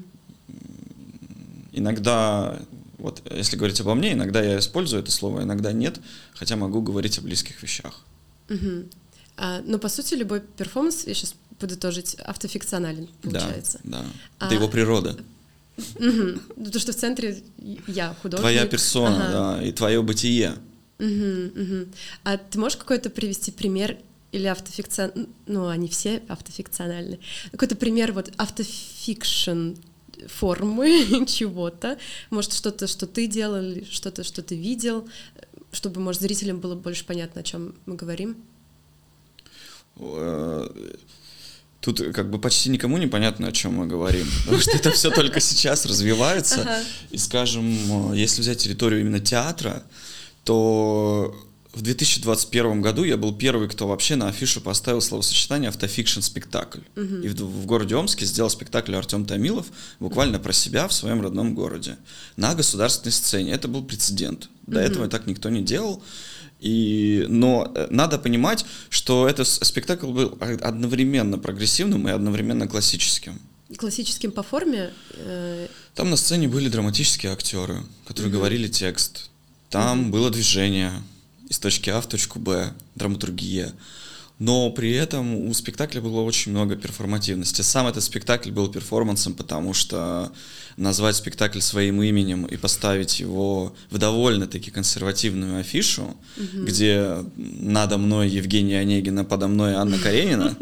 [SPEAKER 3] Иногда, вот если говорить обо мне, иногда я использую это слово, иногда нет, хотя могу говорить о близких вещах.
[SPEAKER 2] Mm-hmm. А, но по сути любой перформанс, я сейчас подытожить, автофикционален получается.
[SPEAKER 3] Да, да.
[SPEAKER 2] А,
[SPEAKER 3] это его природа.
[SPEAKER 2] Угу. То, что в центре я художник.
[SPEAKER 3] Твоя персона, ага. да, и твое бытие.
[SPEAKER 2] Угу, угу. А ты можешь какой-то привести пример или автофикцион... Ну, они все автофикциональны. Какой-то пример вот автофикшн формы чего-то. Может, что-то, что ты делал, или что-то, что ты видел, чтобы, может, зрителям было больше понятно, о чем мы говорим?
[SPEAKER 3] Тут как бы почти никому не понятно, о чем мы говорим, потому что это все только сейчас развивается. Ага. И, скажем, если взять территорию именно театра, то в две тысячи двадцать первом году я был первый, кто вообще на афишу поставил словосочетание «автофикшн-спектакль». Угу. И в, в городе Омске сделал спектакль Артем Томилов буквально про себя в своем родном городе на государственной сцене. Это был прецедент. До угу. этого так никто не делал. И, но надо понимать, что этот спектакль был одновременно прогрессивным и одновременно классическим.
[SPEAKER 2] Классическим по форме? Э...
[SPEAKER 3] Там на сцене были драматические актеры, которые mm-hmm. говорили текст. Там mm-hmm. было движение из точки А в точку Б, драматургия. Но при этом у спектакля было очень много перформативности. Сам этот спектакль был перформансом, потому что назвать спектакль своим именем и поставить его в довольно-таки консервативную афишу, угу. где надо мной Евгения Онегина, подо мной Анна Каренина.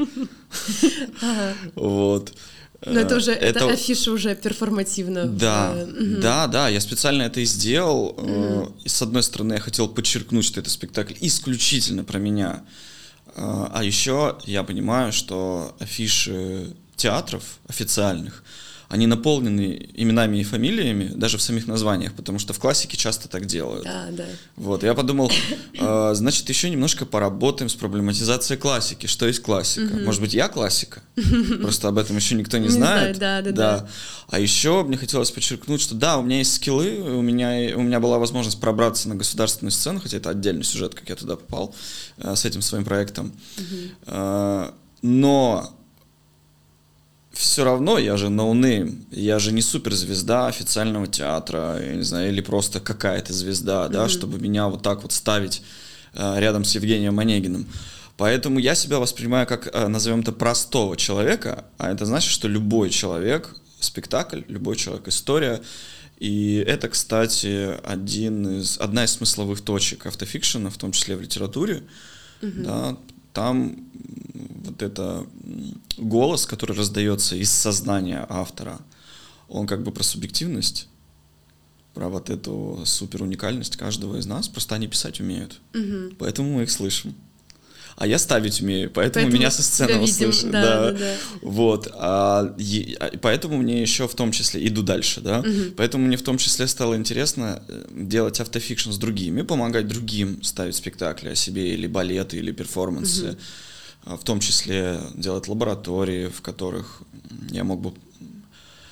[SPEAKER 3] Вот.
[SPEAKER 2] Но это уже, это, это афиша уже перформативно.
[SPEAKER 3] Да, угу. да, да, я специально это и сделал. Угу. И с одной стороны, я хотел подчеркнуть, что это спектакль исключительно про меня. А еще я понимаю, что афиши театров официальных, они наполнены именами и фамилиями, даже в самих названиях, потому что в классике часто так делают.
[SPEAKER 2] Да, да.
[SPEAKER 3] Вот, я подумал, э, значит, еще немножко поработаем с проблематизацией классики. Что есть классика? Угу. Может быть, я классика? Просто об этом еще никто не знает.
[SPEAKER 2] Не знаю, да, да,
[SPEAKER 3] да.
[SPEAKER 2] да.
[SPEAKER 3] А еще мне хотелось подчеркнуть, что да, у меня есть скиллы, у меня, у меня была возможность пробраться на государственную сцену, хотя это отдельный сюжет, как я туда попал э, с этим своим проектом. Угу. Э, но все равно я же ноунейм, я же не суперзвезда официального театра, я не знаю, или просто какая-то звезда, mm-hmm. да, чтобы меня вот так вот ставить э, рядом с Евгением Онегиным. Поэтому я себя воспринимаю как, э, назовем это, простого человека, а это значит, что любой человек — спектакль, любой человек — история. И это, кстати, один из, одна из смысловых точек автофикшена, в том числе в литературе, mm-hmm. да. Там вот это голос, который раздается из сознания автора, он как бы про субъективность, про вот эту супер уникальность каждого из нас. Просто они писать умеют, угу. поэтому мы их слышим. А я ставить умею, поэтому, поэтому меня со сцены услышат. Да, да. Да, да. Вот. А, и, а, поэтому мне еще в том числе, иду дальше, да, угу. поэтому мне в том числе стало интересно делать автофикшн с другими, помогать другим ставить спектакли о себе, или балеты, или перформансы, угу. в том числе делать лаборатории, в которых я мог бы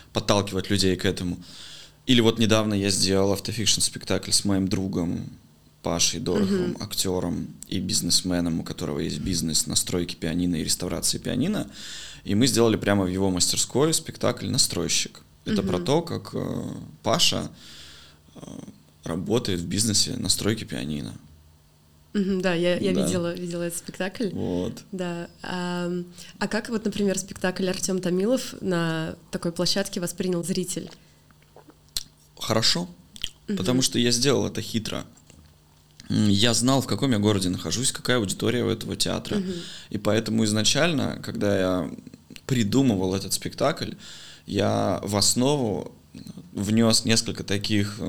[SPEAKER 3] подталкивать людей к этому. Или вот недавно я сделал автофикшн спектакль с моим другом Пашей Дороховым, uh-huh. актером и бизнесменом, у которого есть бизнес настройки пианино и реставрации пианино. И мы сделали прямо в его мастерской спектакль «Настройщик». Это uh-huh. про то, как э, Паша э, работает в бизнесе настройки пианино.
[SPEAKER 2] Mm-hmm, да, я, я
[SPEAKER 3] да.
[SPEAKER 2] видела, видела этот спектакль.
[SPEAKER 3] Вот.
[SPEAKER 2] Да. А, а как вот, например, спектакль Артем Томилов на такой площадке воспринял зритель?
[SPEAKER 3] Хорошо,
[SPEAKER 2] mm-hmm.
[SPEAKER 3] потому что я сделал это хитро. Я знал, в каком я городе нахожусь, какая аудитория у этого театра. Mm-hmm. И поэтому изначально, когда я придумывал этот спектакль, я в основу внес несколько таких...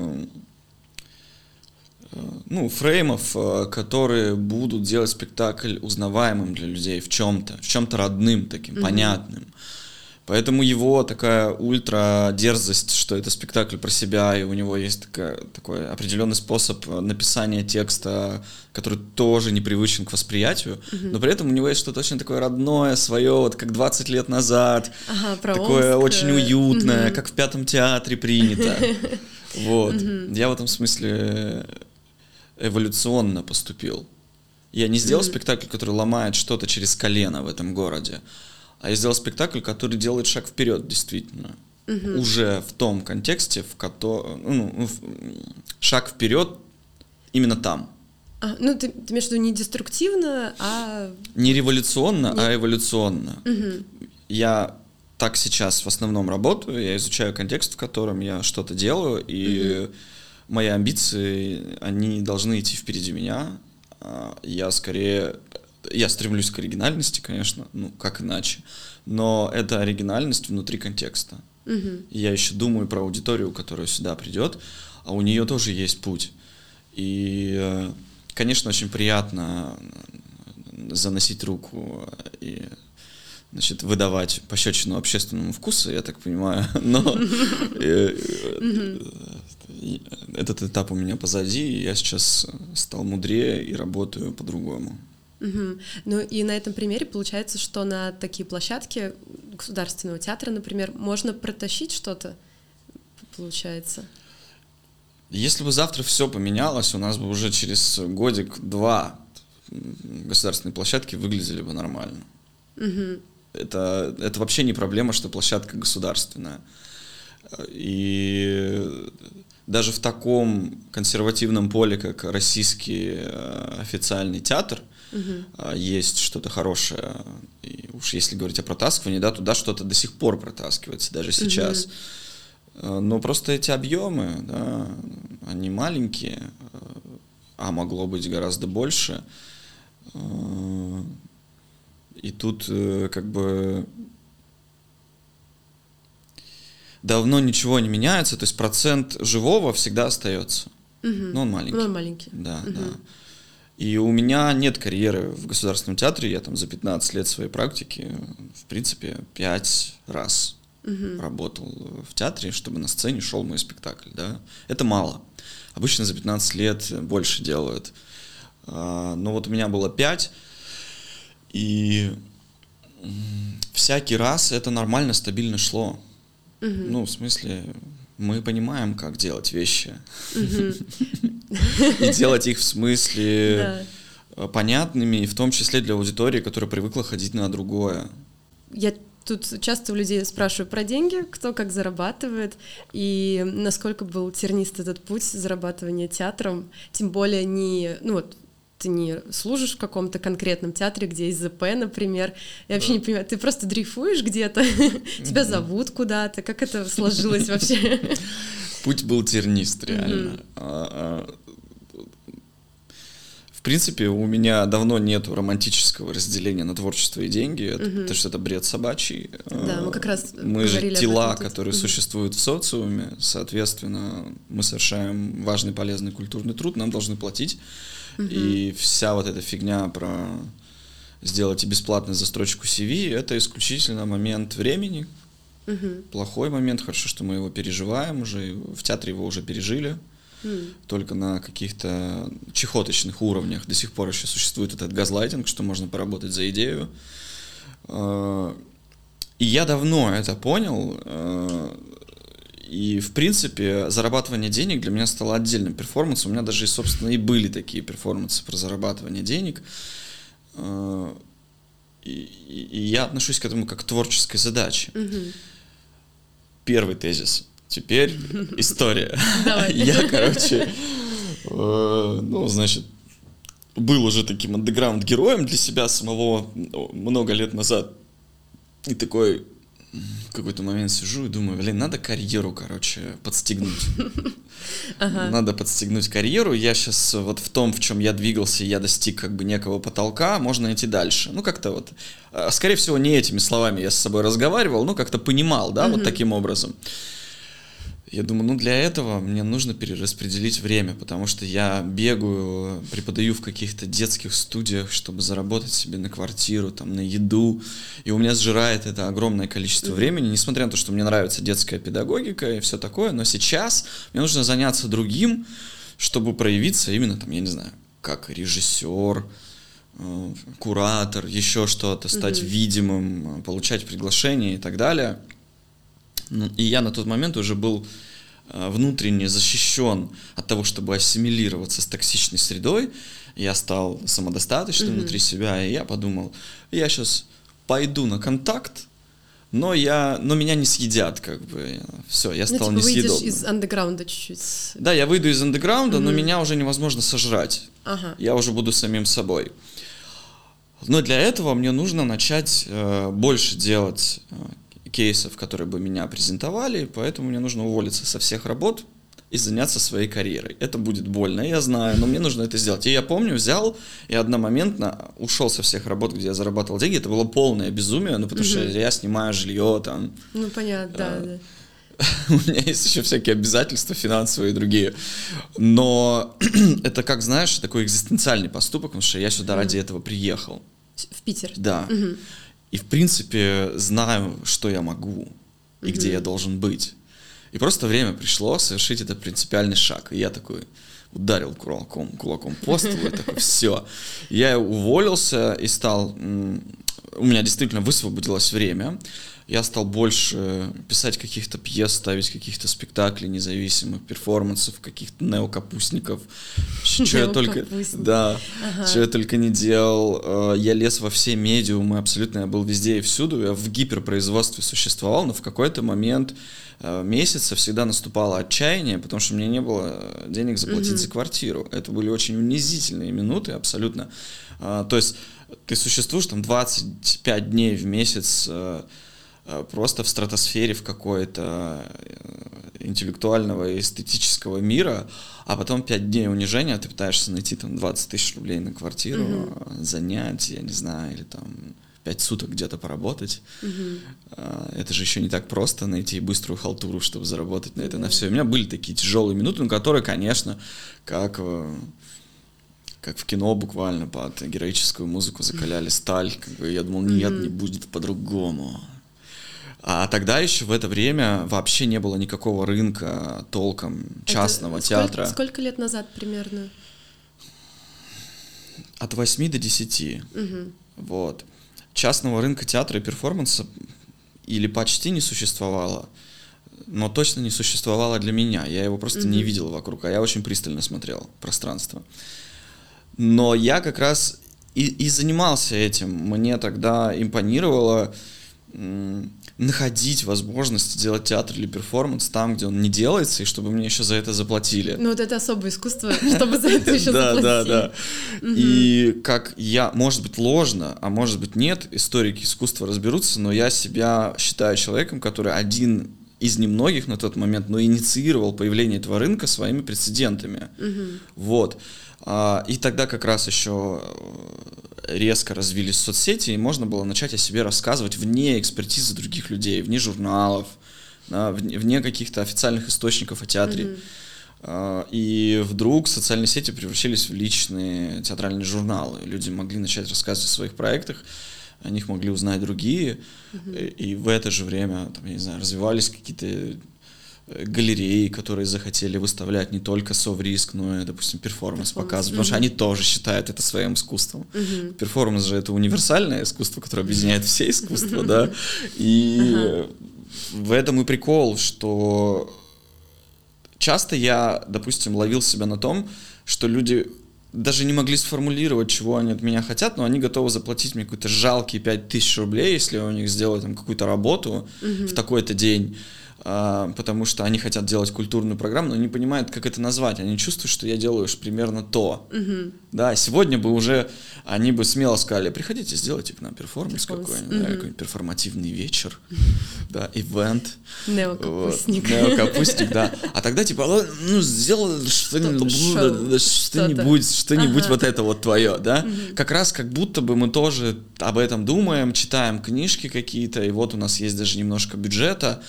[SPEAKER 3] ну, фреймов, которые будут делать спектакль узнаваемым для людей в чем-то, в чем-то родным таким, mm-hmm. понятным. Поэтому его такая ультра-дерзость, что это спектакль про себя, и у него есть такая, такой определенный способ написания текста, который тоже непривычен к восприятию, mm-hmm. но при этом у него есть что-то очень такое родное, свое, вот как двадцать лет назад,
[SPEAKER 2] ага,
[SPEAKER 3] такое
[SPEAKER 2] Омск.
[SPEAKER 3] Очень уютное, mm-hmm. как в Пятом театре принято. Вот. Mm-hmm. Я в этом смысле... эволюционно поступил. Я не сделал mm-hmm. спектакль, который ломает что-то через колено в этом городе, а я сделал спектакль, который делает шаг вперед, действительно. Mm-hmm. Уже в том контексте, в котором... Ну, шаг вперед именно там.
[SPEAKER 2] А, ну, ты, ты имеешь в виду не деструктивно, а...
[SPEAKER 3] Не революционно,
[SPEAKER 2] не...
[SPEAKER 3] а эволюционно.
[SPEAKER 2] Mm-hmm. Я
[SPEAKER 3] так сейчас в основном работаю, я изучаю контекст, в котором я что-то делаю, и... Mm-hmm. Мои амбиции, они должны идти впереди меня. Я скорее... Я стремлюсь к оригинальности, конечно, ну, как иначе. Но это оригинальность внутри контекста.
[SPEAKER 2] Mm-hmm.
[SPEAKER 3] Я еще думаю про аудиторию, которая сюда придет, а у нее тоже есть путь. И, конечно, очень приятно заносить руку и... значит, выдавать пощечину общественному вкусу, я так понимаю, но этот этап у меня позади, и я сейчас стал мудрее и работаю по-другому.
[SPEAKER 2] Ну и на этом примере получается, что на такие площадки Государственного театра, например, можно протащить что-то, получается?
[SPEAKER 3] Если бы завтра все поменялось, у нас бы уже через годик-два государственные площадки выглядели бы нормально. Это, это вообще не проблема, что площадка государственная. И даже в таком консервативном поле, как российский официальный театр, uh-huh. есть что-то хорошее. И уж если говорить о протаскивании, да, туда что-то до сих пор протаскивается, даже сейчас. Uh-huh. Но просто эти объемы, да, они маленькие, а могло быть гораздо больше. И тут как бы давно ничего не меняется, то есть процент живого всегда остается.
[SPEAKER 2] Угу.
[SPEAKER 3] Но он маленький.
[SPEAKER 2] Но он маленький.
[SPEAKER 3] Да,
[SPEAKER 2] угу.
[SPEAKER 3] да. И у меня нет карьеры в Государственном театре, я там за пятнадцать лет своей практики, в принципе, пять раз угу. работал в театре, чтобы на сцене шел мой спектакль, да. Это мало. Обычно за пятнадцать лет больше делают. Но вот у меня было пять. И всякий раз это нормально, стабильно шло. Uh-huh. Ну, в смысле, мы понимаем, как делать вещи. Uh-huh. И делать их в смысле yeah. понятными, и в том числе для аудитории, которая привыкла ходить на другое.
[SPEAKER 2] Я тут часто у людей спрашиваю про деньги, кто как зарабатывает, и насколько был тернист этот путь зарабатывания театром, тем более не... Ну вот, ты не служишь в каком-то конкретном театре, где есть ЗП, например. Я вообще да. не понимаю, ты просто дрейфуешь где-то, тебя зовут куда-то, как это сложилось вообще?
[SPEAKER 3] Путь был тернист, реально. В принципе, у меня давно нету романтического разделения на творчество и деньги, это, угу. потому что это бред собачий.
[SPEAKER 2] Да, мы как раз
[SPEAKER 3] Мы же тела, которые угу. существуют в социуме, соответственно, мы совершаем важный, полезный культурный труд, нам должны платить. Uh-huh. И вся вот эта фигня про сделать бесплатно за строчку си ви, это исключительно момент времени. Uh-huh. Плохой момент, хорошо, что мы его переживаем уже, в театре его уже пережили, uh-huh. только на каких-то чехоточных уровнях. До сих пор еще существует этот газлайтинг, что можно поработать за идею. И я давно это понял, И, в принципе, зарабатывание денег для меня стало отдельным перформансом. У меня даже, собственно, и были такие перформансы про зарабатывание денег. И, и, и я отношусь к этому как к творческой задаче.
[SPEAKER 2] Угу.
[SPEAKER 3] Первый тезис. Теперь история.
[SPEAKER 2] Давай.
[SPEAKER 3] Я, короче, э, ну, значит, был уже таким андеграунд-героем для себя самого много лет назад. И такой в какой-то момент сижу и думаю, блин, надо карьеру, короче, подстегнуть. Ага. Надо подстегнуть карьеру. Я сейчас вот в том, в чем я двигался, я достиг как бы некого потолка, можно идти дальше. Ну, как-то вот, скорее всего, не этими словами я с собой разговаривал, но как-то понимал, да, угу. вот таким образом. Я думаю, ну для этого мне нужно перераспределить время, потому что я бегаю, преподаю в каких-то детских студиях, чтобы заработать себе на квартиру, там, на еду, и у меня сжирает это огромное количество mm-hmm. времени, несмотря на то, что мне нравится детская педагогика и все такое, но сейчас мне нужно заняться другим, чтобы проявиться именно, там, я не знаю, как режиссер, э, куратор, еще что-то, стать mm-hmm. видимым, получать приглашения и так далее. И я на тот момент уже был внутренне защищен от того, чтобы ассимилироваться с токсичной средой. Я стал самодостаточным mm-hmm. внутри себя, и я подумал, я сейчас пойду на контакт, но, я, но меня не съедят, как бы. Все, я стал
[SPEAKER 2] ну, типа
[SPEAKER 3] несъедобным.
[SPEAKER 2] Выйдешь из андеграунда чуть-чуть.
[SPEAKER 3] Да, я выйду из андеграунда, mm-hmm. но меня уже невозможно сожрать.
[SPEAKER 2] Ага.
[SPEAKER 3] Я уже буду самим собой. Но для этого мне нужно начать э, больше делать э, кейсов, которые бы меня презентовали, поэтому мне нужно уволиться со всех работ и заняться своей карьерой. Это будет больно, я знаю, но мне нужно это сделать. И я помню, взял и одномоментно ушел со всех работ, где я зарабатывал деньги. Это было полное безумие, ну, потому mm-hmm. что я снимаю жилье там.
[SPEAKER 2] Ну, понятно, да,
[SPEAKER 3] э,
[SPEAKER 2] да.
[SPEAKER 3] У меня есть еще всякие обязательства финансовые и другие. Но это, как знаешь, такой экзистенциальный поступок, потому что я сюда mm-hmm. ради этого приехал.
[SPEAKER 2] В Питер?
[SPEAKER 3] Да.
[SPEAKER 2] Mm-hmm.
[SPEAKER 3] И, в принципе, знаю, что я могу и mm-hmm. где я должен быть. И просто время пришло совершить этот принципиальный шаг. И я такой ударил кулаком, кулаком по столу, и такой, все. Я уволился и стал... У меня действительно высвободилось время. Я стал больше писать каких-то пьес, ставить каких-то спектаклей независимых, перформансов, каких-то неокапустников. Что я только, да, ага. что я только не делал. Я лез во все медиумы, абсолютно я был везде и всюду. Я в гиперпроизводстве существовал, но в какой-то момент месяца всегда наступало отчаяние, потому что у меня не было денег заплатить mm-hmm. за квартиру. Это были очень унизительные минуты, абсолютно. То есть ты существуешь там двадцать пять дней в месяц просто в стратосфере в какой-то интеллектуального и эстетического мира, а потом пять дней унижения, ты пытаешься найти там двадцать тысяч рублей на квартиру, mm-hmm. занять, я не знаю, или там пять суток где-то поработать. Mm-hmm. Это же еще не так просто найти быструю халтуру, чтобы заработать на это, mm-hmm. на все. И у меня были такие тяжелые минуты, на которые, конечно, как... как в кино буквально под героическую музыку закаляли сталь. Как бы я думал, нет, mm-hmm. не будет по-другому. А тогда еще в это время вообще не было никакого рынка толком частного
[SPEAKER 2] это
[SPEAKER 3] театра.
[SPEAKER 2] Сколько, сколько лет назад примерно?
[SPEAKER 3] От восьми до десяти.
[SPEAKER 2] Mm-hmm.
[SPEAKER 3] Вот. Частного рынка театра и перформанса или почти не существовало, но точно не существовало для меня. Я его просто mm-hmm. не видел вокруг, а я очень пристально смотрел пространство. Но я как раз и, и занимался этим. Мне тогда импонировало м, находить возможность делать театр или перформанс там, где он не делается, и чтобы мне еще за это заплатили.
[SPEAKER 2] Ну вот это особое искусство, чтобы за это еще заплатили.
[SPEAKER 3] Да, да, да. И как я, может быть, ложно, а может быть нет, историки искусства разберутся, но я себя считаю человеком, который один из немногих на тот момент, но инициировал появление этого рынка своими прецедентами. Вот. И тогда как раз еще резко развились соцсети, и можно было начать о себе рассказывать вне экспертизы других людей, вне журналов, вне каких-то официальных источников о театре. Mm-hmm. И вдруг социальные сети превращались в личные театральные журналы. Люди могли начать рассказывать о своих проектах, о них могли узнать другие, mm-hmm. и в это же время, там, я не знаю, развивались какие-то галереи, которые захотели выставлять не только совриск, но и, допустим, перформанс показывать, потому mm-hmm. что они тоже считают это своим искусством. Mm-hmm. Перформанс же это универсальное искусство, которое объединяет все искусства, да, и в этом и прикол, что часто я, допустим, ловил себя на том, что люди даже не могли сформулировать, чего они от меня хотят, но они готовы заплатить мне какой-то жалкий пять тысяч рублей, если я у них сделаю там какую-то работу mm-hmm. в такой-то день, а, потому что они хотят делать культурную программу, но не понимают, как это назвать. Они чувствуют, что я делаю примерно то. Mm-hmm. Да, сегодня бы уже они бы смело сказали: приходите, сделайте к нам перформанс, перформанс. какой-нибудь, mm-hmm. да, какой-нибудь перформативный вечер, mm-hmm. да, ивент.
[SPEAKER 2] Неокапустник.
[SPEAKER 3] Вот, неокапустник, да. А тогда типа, ну, сделай что-нибудь, что-то, что-нибудь, что-нибудь ага. вот это вот твое, да. Mm-hmm. Как раз как будто бы мы тоже об этом думаем, читаем книжки какие-то, и вот у нас есть даже немножко бюджета.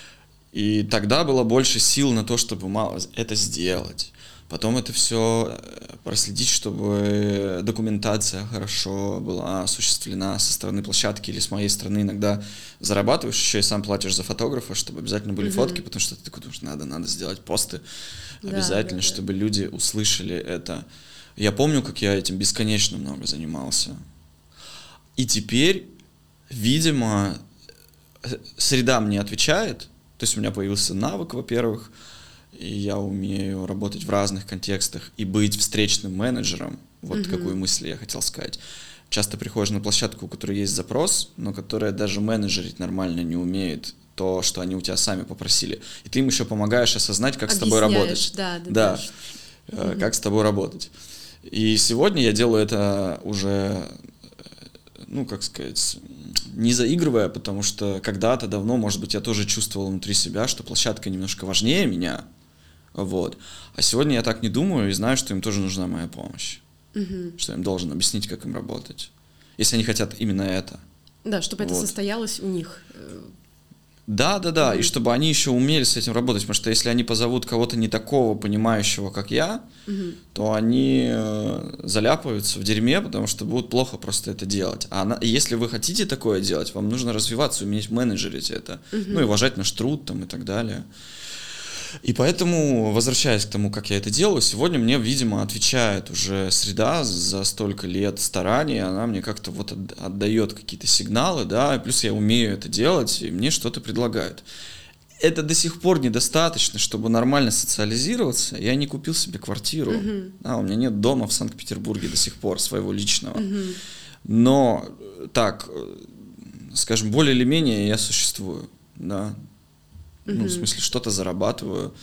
[SPEAKER 3] И тогда было больше сил на то, чтобы это сделать. Потом это все проследить, чтобы документация хорошо была осуществлена со стороны площадки или с моей стороны. Иногда зарабатываешь, еще и сам платишь за фотографа, чтобы обязательно были mm-hmm. фотки, потому что ты такой думаешь, надо, надо сделать посты да, обязательно, да, чтобы да. люди услышали это. Я помню, как я этим бесконечно много занимался. И теперь, видимо, среда мне отвечает. То есть у меня появился навык, во-первых, и я умею работать в разных контекстах и быть встречным менеджером. Вот mm-hmm. какую мысль я хотел сказать. Часто приходишь на площадку, у которой есть запрос, но которая даже менеджерить нормально не умеет то, что они у тебя сами попросили. И ты им еще помогаешь осознать, как
[SPEAKER 2] Объясняешь,
[SPEAKER 3] с тобой работать.
[SPEAKER 2] Да, да,
[SPEAKER 3] да.
[SPEAKER 2] да.
[SPEAKER 3] Mm-hmm. Как с тобой работать. И сегодня я делаю это уже, ну, как сказать, не заигрывая, потому что когда-то давно, может быть, я тоже чувствовал внутри себя, что площадка немножко важнее меня, вот. А сегодня я так не думаю и знаю, что им тоже нужна моя помощь, угу. что я им должен объяснить, как им работать, если они хотят именно это.
[SPEAKER 2] Да, чтобы
[SPEAKER 3] вот.
[SPEAKER 2] это состоялось у них.
[SPEAKER 3] Да, да, да,
[SPEAKER 2] угу.
[SPEAKER 3] и чтобы они еще умели с этим работать, потому что если они позовут кого-то не такого понимающего, как я, угу. то они э, заляпаются в дерьме, потому что будут плохо просто это делать. А на, если вы хотите такое делать, вам нужно развиваться, уметь менеджерить это, угу. ну и уважать наш труд там и так далее. И поэтому, возвращаясь к тому, как я это делаю, сегодня мне, видимо, отвечает уже среда за столько лет стараний, она мне как-то вот отдает какие-то сигналы, да, и плюс я умею это делать, и мне что-то предлагают. Это до сих пор недостаточно, чтобы нормально социализироваться. Я не купил себе квартиру, uh-huh. да, у меня нет дома в Санкт-Петербурге до сих пор, своего личного. Uh-huh. Но так, скажем, более или менее я существую, да. Ну, mm-hmm. в смысле, что-то зарабатываю,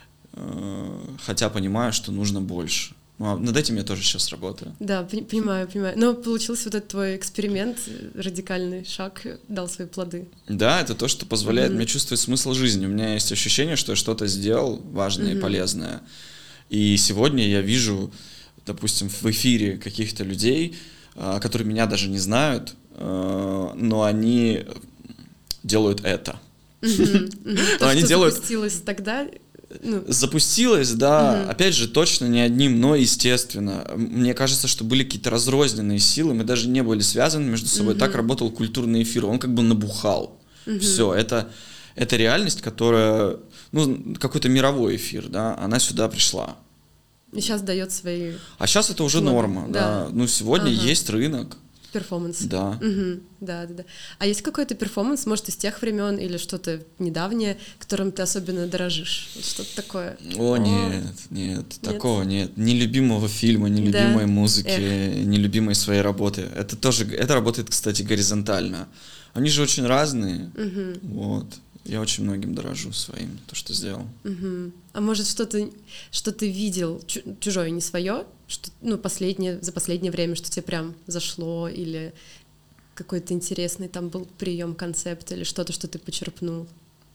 [SPEAKER 3] э, хотя понимаю, что нужно больше. Ну, а над этим я тоже сейчас работаю.
[SPEAKER 2] Да, понимаю, понимаю. Но получился вот этот твой эксперимент, радикальный шаг, дал свои плоды.
[SPEAKER 3] Да, это то, что позволяет mm-hmm. мне чувствовать смысл жизни. У меня есть ощущение, что я что-то сделал важное mm-hmm. и полезное. И сегодня я вижу, допустим, в эфире каких-то людей, э, которые меня даже не знают, э, но они делают это.
[SPEAKER 2] Mm-hmm. То,
[SPEAKER 3] они
[SPEAKER 2] что
[SPEAKER 3] делают...
[SPEAKER 2] запустилось тогда... Ну.
[SPEAKER 3] Запустилось, да, mm-hmm. опять же, точно не одним, но естественно. Мне кажется, что были какие-то разрозненные силы, мы даже не были связаны между собой. Mm-hmm. Так работал культурный эфир, он как бы набухал. Mm-hmm. Все, это, это реальность, которая, ну, какой-то мировой эфир, да, она сюда пришла.
[SPEAKER 2] И сейчас дает свои...
[SPEAKER 3] А сейчас это уже норма, да. да. Ну, сегодня ага. есть рынок.
[SPEAKER 2] Перформанс.
[SPEAKER 3] Да.
[SPEAKER 2] Угу. Да, да, да. А есть какой-то перформанс, может, из тех времен или что-то недавнее, которым ты особенно дорожишь? Что-то такое?
[SPEAKER 3] О, О. Нет, нет, нет, такого нет. Ни любимого фильма, ни да. любимой музыки, Эх. ни любимой своей работы. Это тоже, это работает, кстати, горизонтально. Они же очень разные. Угу. Вот. Я очень многим дорожу своим, то, что сделал.
[SPEAKER 2] Угу. А может, что-то, что ты видел, чужое, не свое, что, ну, последнее, за последнее время, что тебе прям зашло, или какой-то интересный там был прием, концепт, или что-то, что ты почерпнул?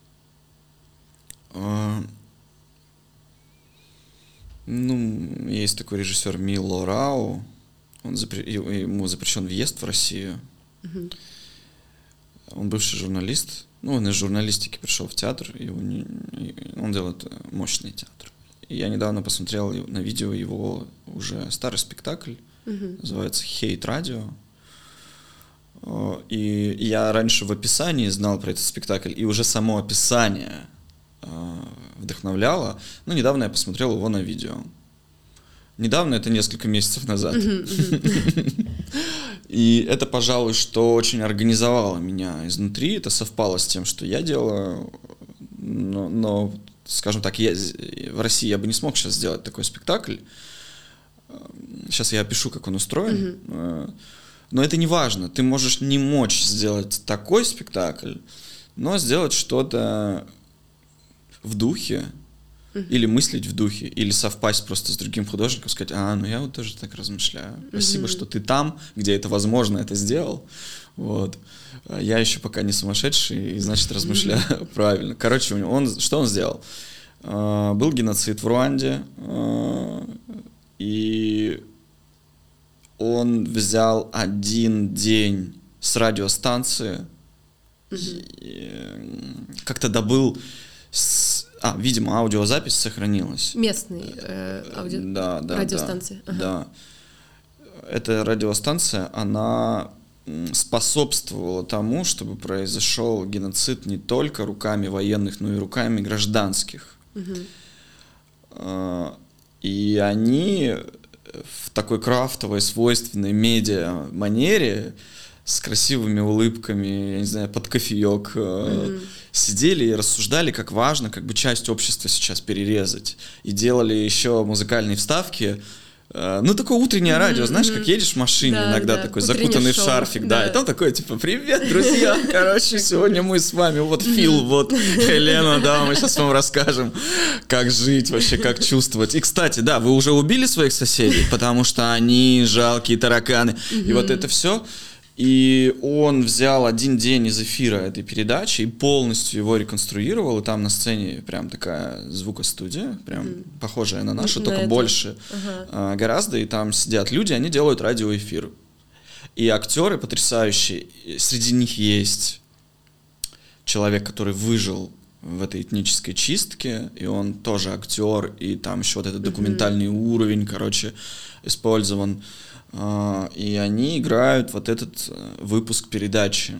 [SPEAKER 3] А, ну, есть такой режиссер Мило Рау, он запре- ему запрещен въезд в Россию. Угу. Он бывший журналист. Ну, он из журналистики пришел в театр, и он делает мощный театр. И я недавно посмотрел на видео его уже старый спектакль, uh-huh. называется «Хейт радио». И я раньше в описании знал про этот спектакль, и уже само описание вдохновляло. Но недавно я посмотрел его на видео. Недавно, это несколько месяцев назад. Uh-huh, uh-huh. И это, пожалуй, что очень организовало меня изнутри. Это совпало с тем, что я делаю. Но, но скажем так, я, в России я бы не смог сейчас сделать такой спектакль. Сейчас я опишу, как он устроен. Mm-hmm. Но это не важно. Ты можешь не мочь сделать такой спектакль, но сделать что-то в духе, mm-hmm. или мыслить в духе, или совпасть просто с другим художником, сказать, а, ну я вот тоже так размышляю. Спасибо, mm-hmm. что ты там, где это возможно, это сделал. Вот. Я еще пока не сумасшедший, и, значит, размышляю mm-hmm. правильно. Короче, он, что он сделал? Был геноцид в Руанде, и он взял один день с радиостанции, mm-hmm. как-то добыл... С... А, видимо, аудиозапись сохранилась.
[SPEAKER 2] Местные э, ауди...
[SPEAKER 3] да, да,
[SPEAKER 2] радиостанции.
[SPEAKER 3] Да,
[SPEAKER 2] ага.
[SPEAKER 3] да. Эта радиостанция, она способствовала тому, чтобы произошел геноцид не только руками военных, но и руками гражданских. Mm-hmm. И они в такой крафтовой, свойственной медиа-манере с красивыми улыбками, я не знаю, под кофеек mm-hmm. сидели и рассуждали, как важно как бы часть общества сейчас перерезать. И делали еще музыкальные вставки. Ну, такое утреннее mm-hmm. радио, знаешь, как едешь в машине, да, иногда да. такой утренний закутанный шоу. В шарфик, да. да, и там такое, типа, привет, друзья, короче, сегодня мы с вами, вот Фил, вот Хелена, да, мы сейчас вам расскажем, как жить вообще, как чувствовать. И, кстати, да, вы уже убили своих соседей, потому что они жалкие тараканы, mm-hmm. и вот это все. И он взял один день из эфира этой передачи и полностью его реконструировал, и там на сцене прям такая звукостудия, прям mm. похожая на нашу, на только это. больше ага. а, гораздо, и там сидят люди, они делают радиоэфир. И актеры потрясающие, среди них есть человек, который выжил в этой этнической чистке, и он тоже актер, и там еще вот этот документальный mm-hmm. уровень, короче, использован. И они играют вот этот выпуск передачи.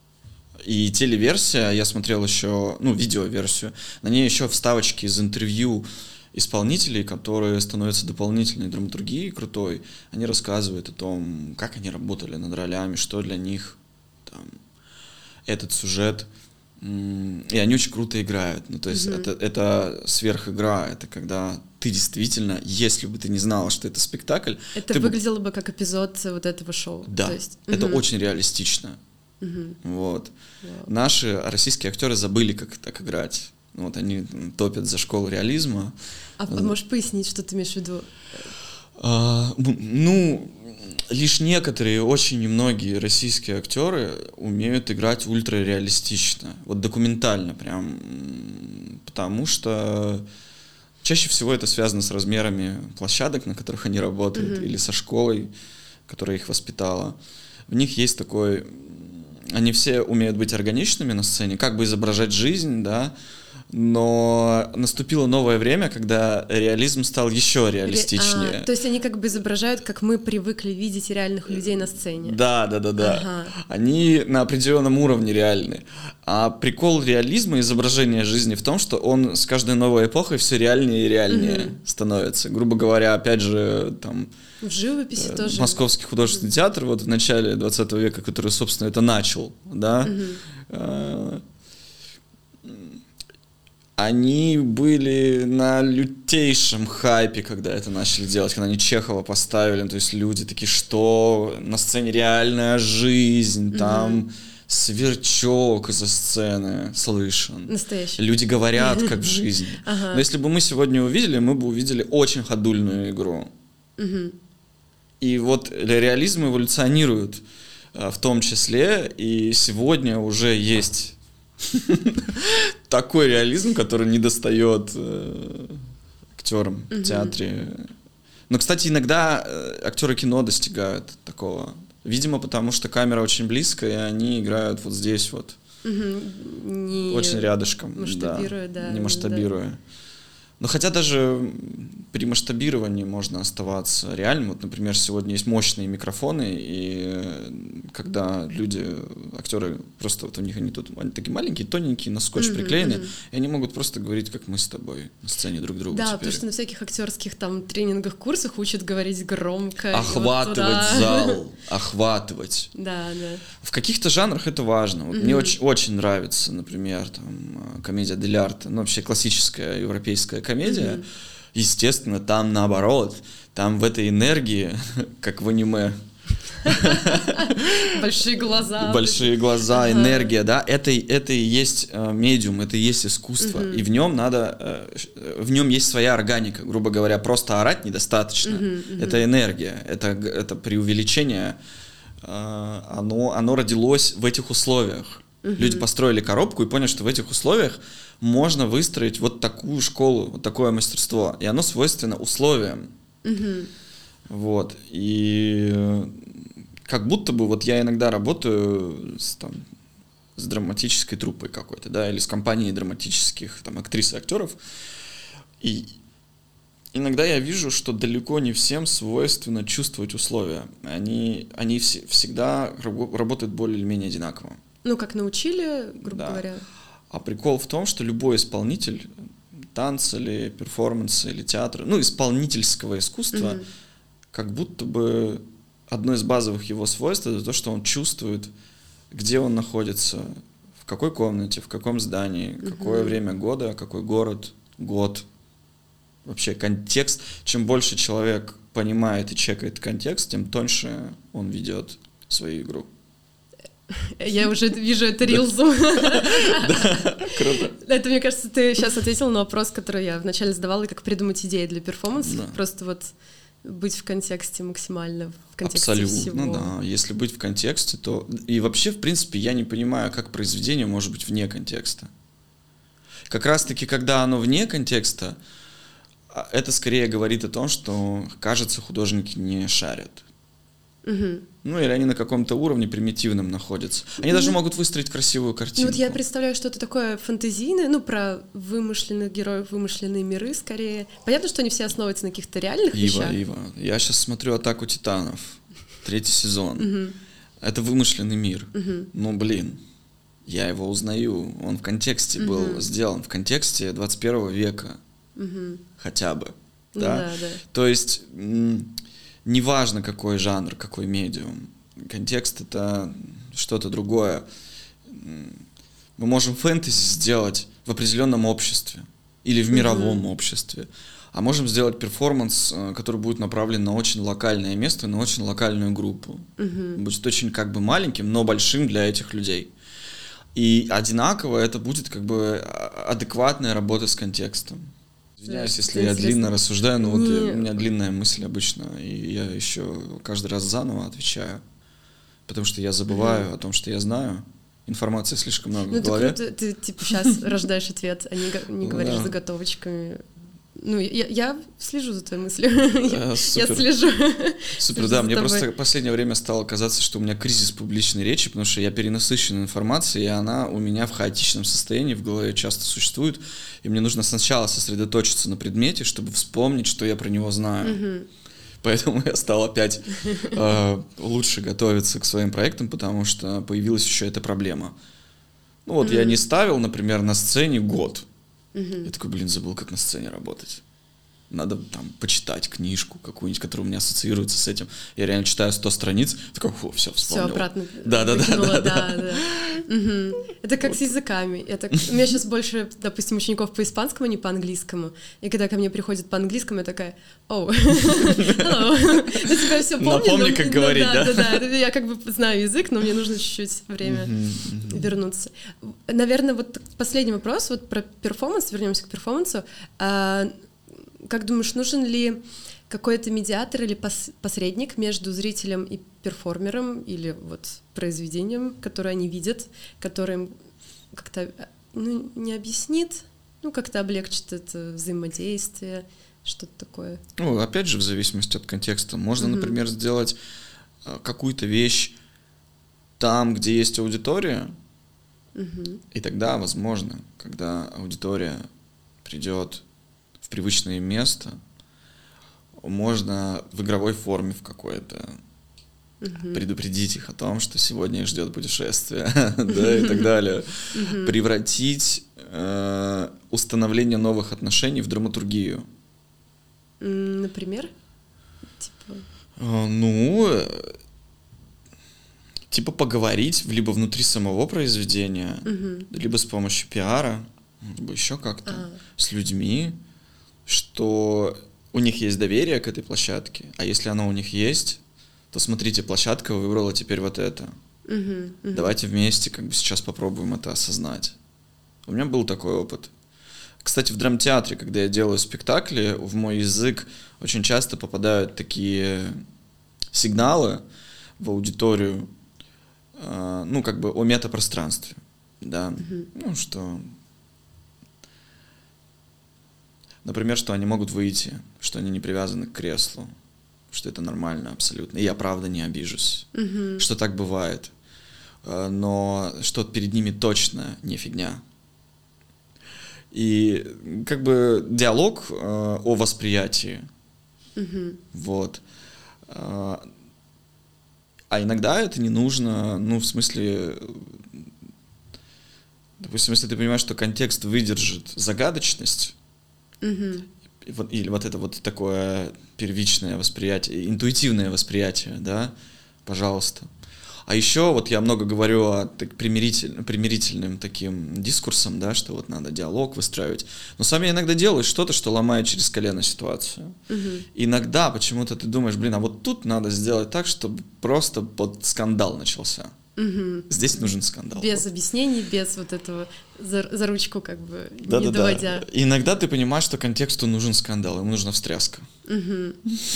[SPEAKER 3] И телеверсия, я смотрел еще, ну, видеоверсию, на ней еще вставочки из интервью исполнителей, которые становятся дополнительной драматургией крутой. Они рассказывают о том, как они работали над ролями, что для них там, этот сюжет. И они очень круто играют. Ну, то есть mm-hmm. это, это сверхигра, это когда ты действительно, если бы ты не знала, что это спектакль...
[SPEAKER 2] Это выглядело бы... бы как эпизод вот этого шоу.
[SPEAKER 3] Да,
[SPEAKER 2] то есть...
[SPEAKER 3] это
[SPEAKER 2] mm-hmm.
[SPEAKER 3] очень реалистично. Mm-hmm. Вот. Wow. Наши российские актеры забыли, как так играть. Вот они топят за школу реализма.
[SPEAKER 2] А, а можешь пояснить, что ты имеешь в виду?
[SPEAKER 3] А, ну... Лишь некоторые, очень немногие российские актеры умеют играть ультрареалистично, вот документально прям, потому что чаще всего это связано с размерами площадок, на которых они работают, mm-hmm. или со школой, которая их воспитала. В них есть такой... Они все умеют быть органичными на сцене, как бы изображать жизнь, да, но наступило новое время, когда реализм стал еще реалистичнее.
[SPEAKER 2] А, то есть они как бы изображают, как мы привыкли видеть реальных людей на сцене.
[SPEAKER 3] Да, да, да, да.
[SPEAKER 2] Ага.
[SPEAKER 3] Они на определенном уровне реальны. А прикол реализма, изображения жизни в том, что он с каждой новой эпохой все реальнее и реальнее mm-hmm. становится. Грубо говоря, опять же, там...
[SPEAKER 2] В живописи э, тоже.
[SPEAKER 3] Московский художественный mm-hmm. театр вот в начале двадцатого века, который, собственно, это начал, да, mm-hmm. э, они были на лютейшем хайпе, когда это начали делать, когда они Чехова поставили, то есть люди такие, что на сцене реальная жизнь, mm-hmm. там сверчок из-за сцены слышен.
[SPEAKER 2] Настоящий.
[SPEAKER 3] Люди говорят, как в жизни.
[SPEAKER 2] Ага.
[SPEAKER 3] Но если бы мы сегодня увидели, мы бы увидели очень ходульную игру.
[SPEAKER 2] Mm-hmm.
[SPEAKER 3] И вот реализм эволюционирует в том числе, и сегодня уже есть... такой реализм, который не достает э, актерам в театре. Но, кстати, иногда э, актеры кино достигают такого. Видимо, потому что камера очень близко, и они играют вот здесь вот.
[SPEAKER 2] Не
[SPEAKER 3] очень рядышком.
[SPEAKER 2] Масштабируя, да.
[SPEAKER 3] да не масштабируя. Да. Но хотя даже при масштабировании можно оставаться реальным. Вот, например, сегодня есть мощные микрофоны, и когда люди, актеры, просто вот у них они тут они такие маленькие, тоненькие, на скотч mm-hmm, приклеены, mm-hmm. и они могут просто говорить, как мы с тобой на сцене друг другу.
[SPEAKER 2] Да,
[SPEAKER 3] теперь.
[SPEAKER 2] потому что на всяких актерских там тренингах, курсах учат говорить громко.
[SPEAKER 3] Охватывать вот зал, охватывать.
[SPEAKER 2] Да, да.
[SPEAKER 3] В каких-то жанрах это важно. Вот mm-hmm. Мне очень, очень нравится, например, там, комедия дель арте, ну, вообще классическая европейская комедия, комедия.
[SPEAKER 2] Мгм.
[SPEAKER 3] Естественно, там наоборот, там в этой энергии, как в аниме,
[SPEAKER 2] Большие глаза.
[SPEAKER 3] большие глаза,
[SPEAKER 2] Ага.
[SPEAKER 3] энергия, да, это, и- это и есть э, медиум, это и есть искусство,
[SPEAKER 2] Мгм.
[SPEAKER 3] и в нем надо, э, ш- э, в нем есть своя органика, грубо говоря, просто орать недостаточно,
[SPEAKER 2] Мгм, мгм.
[SPEAKER 3] это энергия, это, г- это преувеличение, э, оно, оно родилось в этих условиях. Люди построили коробку и поняли, что в этих условиях можно выстроить вот такую школу, вот такое мастерство, и оно свойственно условиям.
[SPEAKER 2] Мгм.
[SPEAKER 3] Вот, и э, как будто бы вот я иногда работаю с, там, с драматической труппой какой-то, да, или с компанией драматических там, актрис и актеров, и иногда я вижу, что далеко не всем свойственно чувствовать условия. Они, они вс- всегда рабо- работают более или менее одинаково.
[SPEAKER 2] Ну, как научили, грубо
[SPEAKER 3] Да.
[SPEAKER 2] говоря.
[SPEAKER 3] А прикол в том, что любой исполнитель танца или перформанса или театра, ну, исполнительского искусства,
[SPEAKER 2] Мгм.
[SPEAKER 3] как будто бы одно из базовых его свойств — это то, что он чувствует, где он находится, в какой комнате, в каком здании, какое
[SPEAKER 2] Мгм.
[SPEAKER 3] время года, какой город, год. Вообще контекст. Чем больше человек понимает и чекает контекст, тем тоньше он ведет свою игру.
[SPEAKER 2] Я уже вижу это рилзом.
[SPEAKER 3] Круто.
[SPEAKER 2] Это, мне кажется, ты сейчас ответил на вопрос, который я вначале задавала, как придумать идеи для перформанса.
[SPEAKER 3] Да.
[SPEAKER 2] Просто вот быть в контексте максимально, в контексте
[SPEAKER 3] Абсолютно,
[SPEAKER 2] всего.
[SPEAKER 3] да. Если быть в контексте, то... И вообще, в принципе, я не понимаю, как произведение может быть вне контекста. Как раз-таки, когда оно вне контекста, а, это скорее говорит о том, что, кажется, художники не шарят.
[SPEAKER 2] Мгм.
[SPEAKER 3] Ну, или они на каком-то уровне примитивном находятся. Они даже могут выстроить красивую
[SPEAKER 2] Ну
[SPEAKER 3] картинку.
[SPEAKER 2] вот я представляю что-то такое фантазийное, ну, про вымышленных героев, вымышленные миры скорее. Понятно, что они все основываются на каких-то реальных
[SPEAKER 3] Ива,
[SPEAKER 2] вещах.
[SPEAKER 3] Ива, я сейчас смотрю «Атаку титанов», третий сезон.
[SPEAKER 2] Мгм.
[SPEAKER 3] Это вымышленный мир.
[SPEAKER 2] Мгм.
[SPEAKER 3] Ну, блин, я его узнаю. Он в контексте был
[SPEAKER 2] Мгм.
[SPEAKER 3] сделан, в контексте двадцать первого века
[SPEAKER 2] Мгм.
[SPEAKER 3] хотя бы.
[SPEAKER 2] Ну
[SPEAKER 3] Да?
[SPEAKER 2] да, да.
[SPEAKER 3] То есть, м, неважно, какой жанр, какой медиум, контекст — это что-то другое. М, Мы можем фэнтези сделать в определенном обществе или в мировом
[SPEAKER 2] Мгм.
[SPEAKER 3] обществе, а можем сделать перформанс, э, который будет направлен на очень локальное место, на очень локальную группу.
[SPEAKER 2] Мгм.
[SPEAKER 3] Будет очень как бы маленьким, но большим для этих людей. И одинаково это будет как бы а- адекватная работа с контекстом. Извиняюсь,
[SPEAKER 2] Слушай,
[SPEAKER 3] если
[SPEAKER 2] это
[SPEAKER 3] я
[SPEAKER 2] интересно.
[SPEAKER 3] длинно рассуждаю, но вот э,
[SPEAKER 2] Не-
[SPEAKER 3] у меня длинная мысль обычно, и я еще каждый раз заново отвечаю, потому что я забываю о том, что я знаю. Информации слишком много
[SPEAKER 2] Ну
[SPEAKER 3] в
[SPEAKER 2] это
[SPEAKER 3] голове.
[SPEAKER 2] круто, ты типа сейчас рождаешь ответ, а не, го- не говоришь
[SPEAKER 3] Да.
[SPEAKER 2] заготовочками. Ну, я, я слежу за твоей мыслью.
[SPEAKER 3] Э,
[SPEAKER 2] Я
[SPEAKER 3] супер.
[SPEAKER 2] слежу.
[SPEAKER 3] Супер,
[SPEAKER 2] слежу
[SPEAKER 3] да,
[SPEAKER 2] за
[SPEAKER 3] мне
[SPEAKER 2] тобой.
[SPEAKER 3] просто в последнее время стало казаться, что у меня кризис публичной речи, потому что я перенасыщен информацией, и она у меня в хаотичном состоянии в голове часто существует, и мне нужно сначала сосредоточиться на предмете, чтобы вспомнить, что я про него знаю.
[SPEAKER 2] Мгм.
[SPEAKER 3] Поэтому я стал опять э, лучше готовиться к своим проектам, потому что появилась еще эта проблема. Ну вот я не ставил, например, на сцене год.
[SPEAKER 2] Мгм.
[SPEAKER 3] Я такой, блин, забыл, как на сцене работать. Надо там почитать книжку какую-нибудь, которая у меня ассоциируется с этим. Я реально читаю сто страниц, такой, фу, все,
[SPEAKER 2] Все
[SPEAKER 3] вспомнил.
[SPEAKER 2] обратно.
[SPEAKER 3] Да, да, да,
[SPEAKER 2] выкинула,
[SPEAKER 3] да, да.
[SPEAKER 2] да. Мгм. Это как с языками. Я так- У меня сейчас больше, допустим, учеников по испанскому, а не по английскому. И когда ко мне приходят по английскому, я такая, оу, hello. Я тебя все помню.
[SPEAKER 3] Напомни,
[SPEAKER 2] но-
[SPEAKER 3] как
[SPEAKER 2] ну
[SPEAKER 3] говорить, да?
[SPEAKER 2] Да, да, да. Я как бы знаю язык, но мне нужно чуть-чуть время
[SPEAKER 3] Мгм, мгм.
[SPEAKER 2] вернуться. Наверное, вот последний вопрос вот про перформанс, вернемся к перформансу. А, Как думаешь, нужен ли какой-то медиатор или пос- посредник между зрителем и перформером или вот произведением, которое они видят, которое им как-то ну, не объяснит, ну как-то облегчит это взаимодействие, что-то такое?
[SPEAKER 3] Ну, опять же, в зависимости от контекста. Можно,
[SPEAKER 2] Мгм.
[SPEAKER 3] например, сделать э, какую-то вещь там, где есть аудитория,
[SPEAKER 2] Мгм.
[SPEAKER 3] и тогда, возможно, когда аудитория придет в привычное место, можно в игровой форме в какой-то
[SPEAKER 2] Мгм.
[SPEAKER 3] предупредить их о том, что сегодня их ждет путешествие, да, и так далее.
[SPEAKER 2] Мгм.
[SPEAKER 3] Превратить э, установление новых отношений в драматургию.
[SPEAKER 2] М, Например? Типа...
[SPEAKER 3] Э, Ну, э, типа поговорить либо внутри самого произведения,
[SPEAKER 2] Мгм.
[SPEAKER 3] либо с помощью пиара, либо еще как-то,
[SPEAKER 2] А.
[SPEAKER 3] с людьми, что у них есть доверие к этой площадке, а если оно у них есть, то смотрите, площадка выбрала теперь вот это.
[SPEAKER 2] Uh-huh, uh-huh.
[SPEAKER 3] Давайте вместе как бы сейчас попробуем это осознать. У меня был такой опыт. Кстати, в драмтеатре, когда я делаю спектакли, в мой язык очень часто попадают такие сигналы в аудиторию, э, ну, как бы о метапространстве, да,
[SPEAKER 2] Uh-huh.
[SPEAKER 3] ну, что, например, что они могут выйти, что они не привязаны к креслу, что это нормально абсолютно, и я правда не обижусь,
[SPEAKER 2] Uh-huh.
[SPEAKER 3] что так бывает, э, но что перед ними точно не фигня. И как бы диалог э, о восприятии.
[SPEAKER 2] Uh-huh.
[SPEAKER 3] Вот. А, а иногда это не нужно, ну, в смысле, допустим, если ты понимаешь, что контекст выдержит загадочность,
[SPEAKER 2] Uh-huh.
[SPEAKER 3] или вот это вот такое первичное восприятие, интуитивное восприятие, да, пожалуйста. А еще вот я много говорю о так, примиритель, примирительным таким дискурсом, да, что вот надо диалог выстраивать. Но сам я иногда делаю что-то, что ломает через колено ситуацию.
[SPEAKER 2] Uh-huh.
[SPEAKER 3] Иногда почему-то ты думаешь, блин, а вот тут надо сделать так, чтобы просто вот скандал начался.
[SPEAKER 2] Uh-huh.
[SPEAKER 3] Здесь нужен скандал.
[SPEAKER 2] Без
[SPEAKER 3] вот.
[SPEAKER 2] Объяснений, без вот этого за, за ручку как бы
[SPEAKER 3] Да,
[SPEAKER 2] не
[SPEAKER 3] да,
[SPEAKER 2] доводя.
[SPEAKER 3] да. Иногда ты понимаешь, что контексту нужен скандал, ему нужна встряска.
[SPEAKER 2] Uh-huh.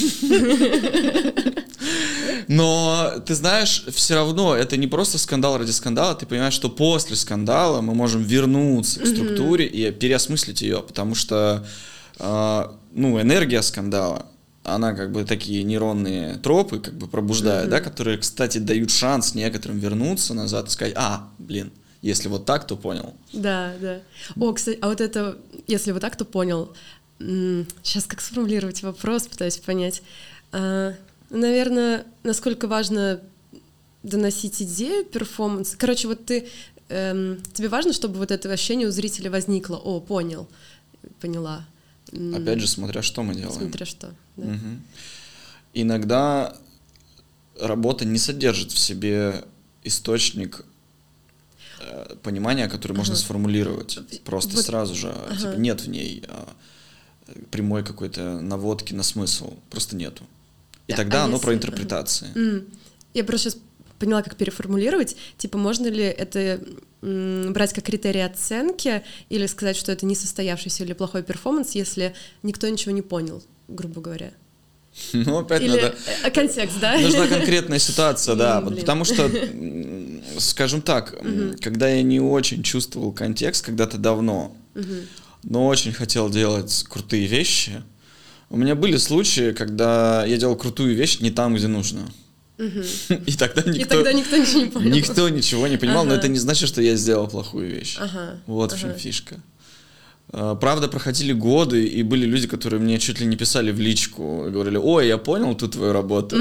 [SPEAKER 3] Но, ты знаешь, все равно это не просто скандал ради скандала, ты понимаешь, что после скандала мы можем вернуться к структуре mm-hmm. и переосмыслить ее, потому что, э, ну, энергия скандала, она как бы такие нейронные тропы как бы пробуждает, mm-hmm. да, которые, кстати, дают шанс некоторым вернуться назад и сказать, а, блин, если вот так, то понял.
[SPEAKER 2] Да, да. О, кстати, а вот это, если вот так, то понял. Сейчас как сформулировать вопрос, пытаюсь понять. Наверное, насколько важно доносить идею перформанса. Короче, вот ты, эм, тебе важно, чтобы вот это ощущение у зрителя возникло. О, понял, поняла.
[SPEAKER 3] Опять же, смотря что мы делаем.
[SPEAKER 2] Смотря что, да.
[SPEAKER 3] Угу. Иногда работа не содержит в себе источник э, понимания, который ага. можно сформулировать. Просто вот. Сразу же. Ага. Типа, нет в ней э, прямой какой-то наводки на смысл. Просто нету. И да, тогда а оно если... про интерпретации.
[SPEAKER 2] Mm. Я просто сейчас поняла, как переформулировать. Типа, можно ли это м, брать как критерий оценки или сказать, что это несостоявшийся или плохой перформанс, если никто ничего не понял, грубо говоря?
[SPEAKER 3] Ну, опять
[SPEAKER 2] или...
[SPEAKER 3] надо...
[SPEAKER 2] Контекст, да?
[SPEAKER 3] Нужна конкретная ситуация, да. Потому что, скажем так, когда я не очень чувствовал контекст когда-то давно, но очень хотел делать крутые вещи, у меня были случаи, когда я делал крутую вещь не там, где нужно.
[SPEAKER 2] Uh-huh.
[SPEAKER 3] И тогда никто,
[SPEAKER 2] И тогда никто ничего не понял.
[SPEAKER 3] Никто ничего не понимал, ага. но это не значит, что я сделал плохую вещь.
[SPEAKER 2] Ага.
[SPEAKER 3] Вот
[SPEAKER 2] ага.
[SPEAKER 3] в чем фишка. Правда, проходили годы, и были люди, которые мне чуть ли не писали в личку, и говорили, ой, я понял тут твою работу.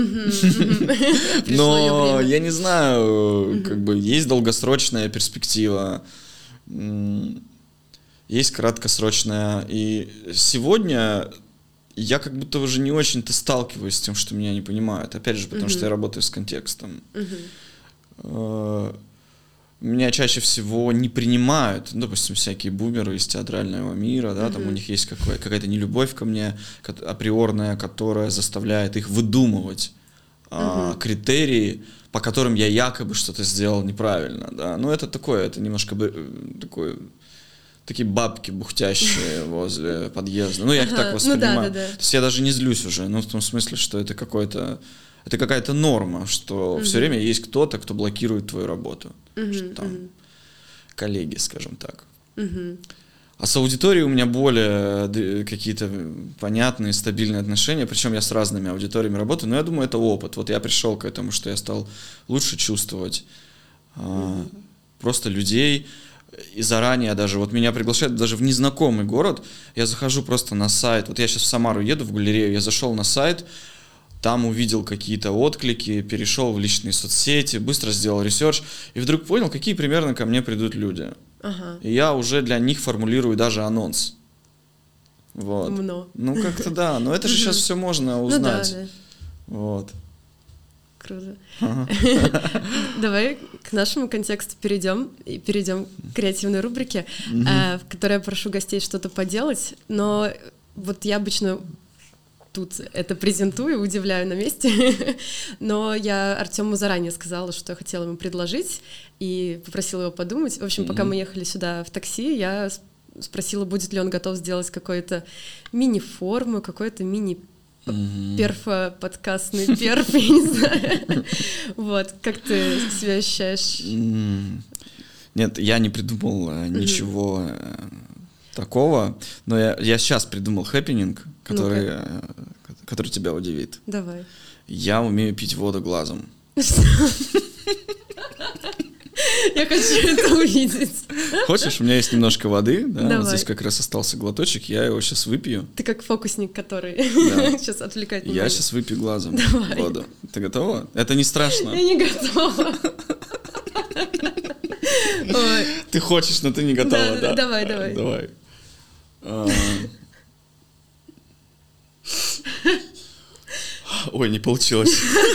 [SPEAKER 3] Но я не знаю, как бы есть долгосрочная перспектива, есть краткосрочная. И сегодня... я как будто уже не очень-то сталкиваюсь с тем, что меня не понимают. Опять же, потому uh-huh. что я работаю с контекстом. Uh-huh. Меня чаще всего не принимают, ну, допустим, всякие бумеры из театрального мира, да, uh-huh. там у них есть какая- какая-то нелюбовь ко мне априорная, которая заставляет их выдумывать uh-huh. критерии, по которым я якобы что-то сделал неправильно. Да. Ну, это такое, это немножко такое... такие бабки бухтящие возле подъезда. Ну, я их ага, так воспринимаю. Ну, да, да, да. То есть я даже не злюсь уже, ну, в том смысле, что это какой-то, это какая-то норма, что угу. все время есть кто-то, кто блокирует твою работу. Угу, что там угу. коллеги, скажем так.
[SPEAKER 2] Угу.
[SPEAKER 3] А с аудиторией у меня более какие-то понятные, стабильные отношения, причем я с разными аудиториями работаю, но я думаю, это опыт. Вот я пришел к этому, что я стал лучше чувствовать угу. а, просто людей. И заранее даже, вот меня приглашают даже в незнакомый город, я захожу просто на сайт, вот я сейчас в Самару еду, в галерею, я зашел на сайт, там увидел какие-то отклики, перешел в личные соцсети, быстро сделал ресерч, и вдруг понял, какие примерно ко мне придут люди.
[SPEAKER 2] Ага.
[SPEAKER 3] И я уже для них формулирую даже анонс. Вот.
[SPEAKER 2] Умно.
[SPEAKER 3] Ну, как-то да, но это же сейчас все можно узнать. Ну, да, да. Вот.
[SPEAKER 2] Круто. Ага. Давай к нашему контексту перейдем и перейдем к креативной рубрике, mm-hmm. э, в которой я прошу гостей что-то поделать, но вот я обычно тут это презентую, удивляю на месте, но я Артему заранее сказала, что я хотела ему предложить, и попросила его подумать. В общем, mm-hmm. пока мы ехали сюда в такси, я спросила, будет ли он готов сделать какую-то мини-форму, какой-то мини Mm-hmm. перфо-подкастный перф, я не знаю. Вот, как ты себя ощущаешь?
[SPEAKER 3] Mm. Нет, я не придумал uh, ничего uh, такого, но я, я сейчас придумал хэппининг, который, uh, который тебя удивит.
[SPEAKER 2] Давай.
[SPEAKER 3] Я умею пить воду глазом.
[SPEAKER 2] Я хочу это увидеть.
[SPEAKER 3] Хочешь? У меня есть немножко воды, да,
[SPEAKER 2] Давай.
[SPEAKER 3] Вот здесь как раз остался глоточек, я его сейчас выпью.
[SPEAKER 2] Ты как фокусник, который
[SPEAKER 3] Да.
[SPEAKER 2] сейчас отвлекает внимание.
[SPEAKER 3] Я сейчас выпью глазом
[SPEAKER 2] Давай.
[SPEAKER 3] воду. Ты готова? Это не страшно.
[SPEAKER 2] Я не готова. Ой.
[SPEAKER 3] Ты хочешь, но ты не готова,
[SPEAKER 2] Да,
[SPEAKER 3] да?
[SPEAKER 2] давай, давай.
[SPEAKER 3] Давай. А. Ой, не получилось.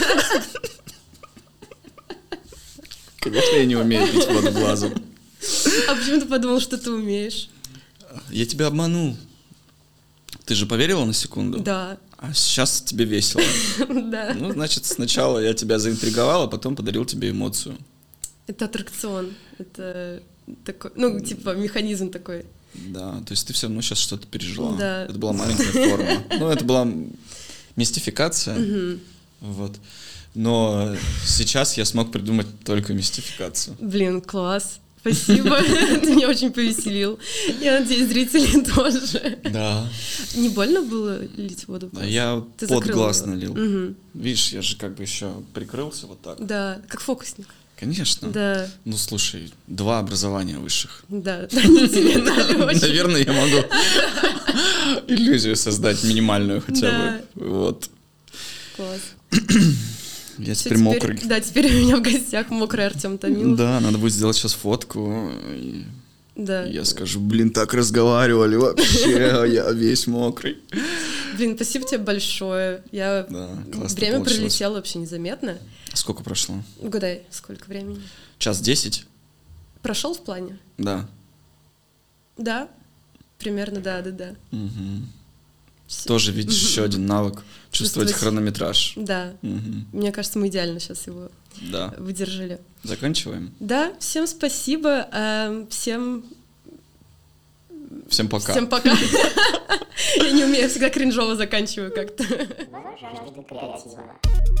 [SPEAKER 3] Конечно, я не умею пить воду глазом.
[SPEAKER 2] А почему ты подумал, что ты умеешь?
[SPEAKER 3] Я тебя обманул. Ты же поверила на секунду?
[SPEAKER 2] Да.
[SPEAKER 3] А сейчас тебе весело.
[SPEAKER 2] Да.
[SPEAKER 3] Ну, значит, сначала я тебя заинтриговал, а потом подарил тебе эмоцию.
[SPEAKER 2] Это аттракцион. Это такой, ну, типа, механизм такой.
[SPEAKER 3] Да, то есть ты все равно сейчас что-то пережила.
[SPEAKER 2] Да.
[SPEAKER 3] Это была маленькая форма. Ну, это была мистификация. Вот. Но сейчас я смог придумать только мистификацию.
[SPEAKER 2] Блин, класс. Спасибо. Ты меня очень повеселил. Я надеюсь, зрители тоже.
[SPEAKER 3] Да.
[SPEAKER 2] Не больно было лить воду в
[SPEAKER 3] Да,
[SPEAKER 2] глаз?
[SPEAKER 3] я
[SPEAKER 2] Ты
[SPEAKER 3] под
[SPEAKER 2] закрыл
[SPEAKER 3] глаз
[SPEAKER 2] его?
[SPEAKER 3] налил.
[SPEAKER 2] Мгм.
[SPEAKER 3] Видишь, я же как бы еще прикрылся вот так.
[SPEAKER 2] Да, как фокусник.
[SPEAKER 3] Конечно.
[SPEAKER 2] Да,
[SPEAKER 3] Ну, слушай, два образования высших.
[SPEAKER 2] да. Они тебе дали очень.
[SPEAKER 3] Наверное, я могу иллюзию создать минимальную хотя
[SPEAKER 2] Да.
[SPEAKER 3] бы. Вот.
[SPEAKER 2] Класс.
[SPEAKER 3] Я
[SPEAKER 2] Всё,
[SPEAKER 3] теперь мокрый.
[SPEAKER 2] Да, теперь у меня в гостях мокрый Артем Томилов.
[SPEAKER 3] Да, надо будет сделать сейчас фотку. И
[SPEAKER 2] Да.
[SPEAKER 3] я скажу, блин, так разговаривали вообще, я весь мокрый.
[SPEAKER 2] Блин, спасибо тебе большое. Я...
[SPEAKER 3] Да, классно
[SPEAKER 2] Время
[SPEAKER 3] получилось.
[SPEAKER 2] пролетело вообще незаметно.
[SPEAKER 3] Сколько прошло?
[SPEAKER 2] Угадай, сколько времени?
[SPEAKER 3] Час десять?
[SPEAKER 2] Прошел в плане?
[SPEAKER 3] Да.
[SPEAKER 2] Да. Примерно, да, да, да.
[SPEAKER 3] Мгм.
[SPEAKER 2] Всё.
[SPEAKER 3] Тоже, видишь, еще один навык. Чувствовать
[SPEAKER 2] Чувствовать.
[SPEAKER 3] хронометраж.
[SPEAKER 2] Да.
[SPEAKER 3] Мгм.
[SPEAKER 2] Мне кажется, мы идеально сейчас его
[SPEAKER 3] Да.
[SPEAKER 2] выдержали.
[SPEAKER 3] Заканчиваем.
[SPEAKER 2] Да, всем спасибо. эм, Всем...
[SPEAKER 3] Всем пока.
[SPEAKER 2] Всем пока. Я не умею, я всегда кринжово заканчиваю как-то.
[SPEAKER 1] Жажда креатива.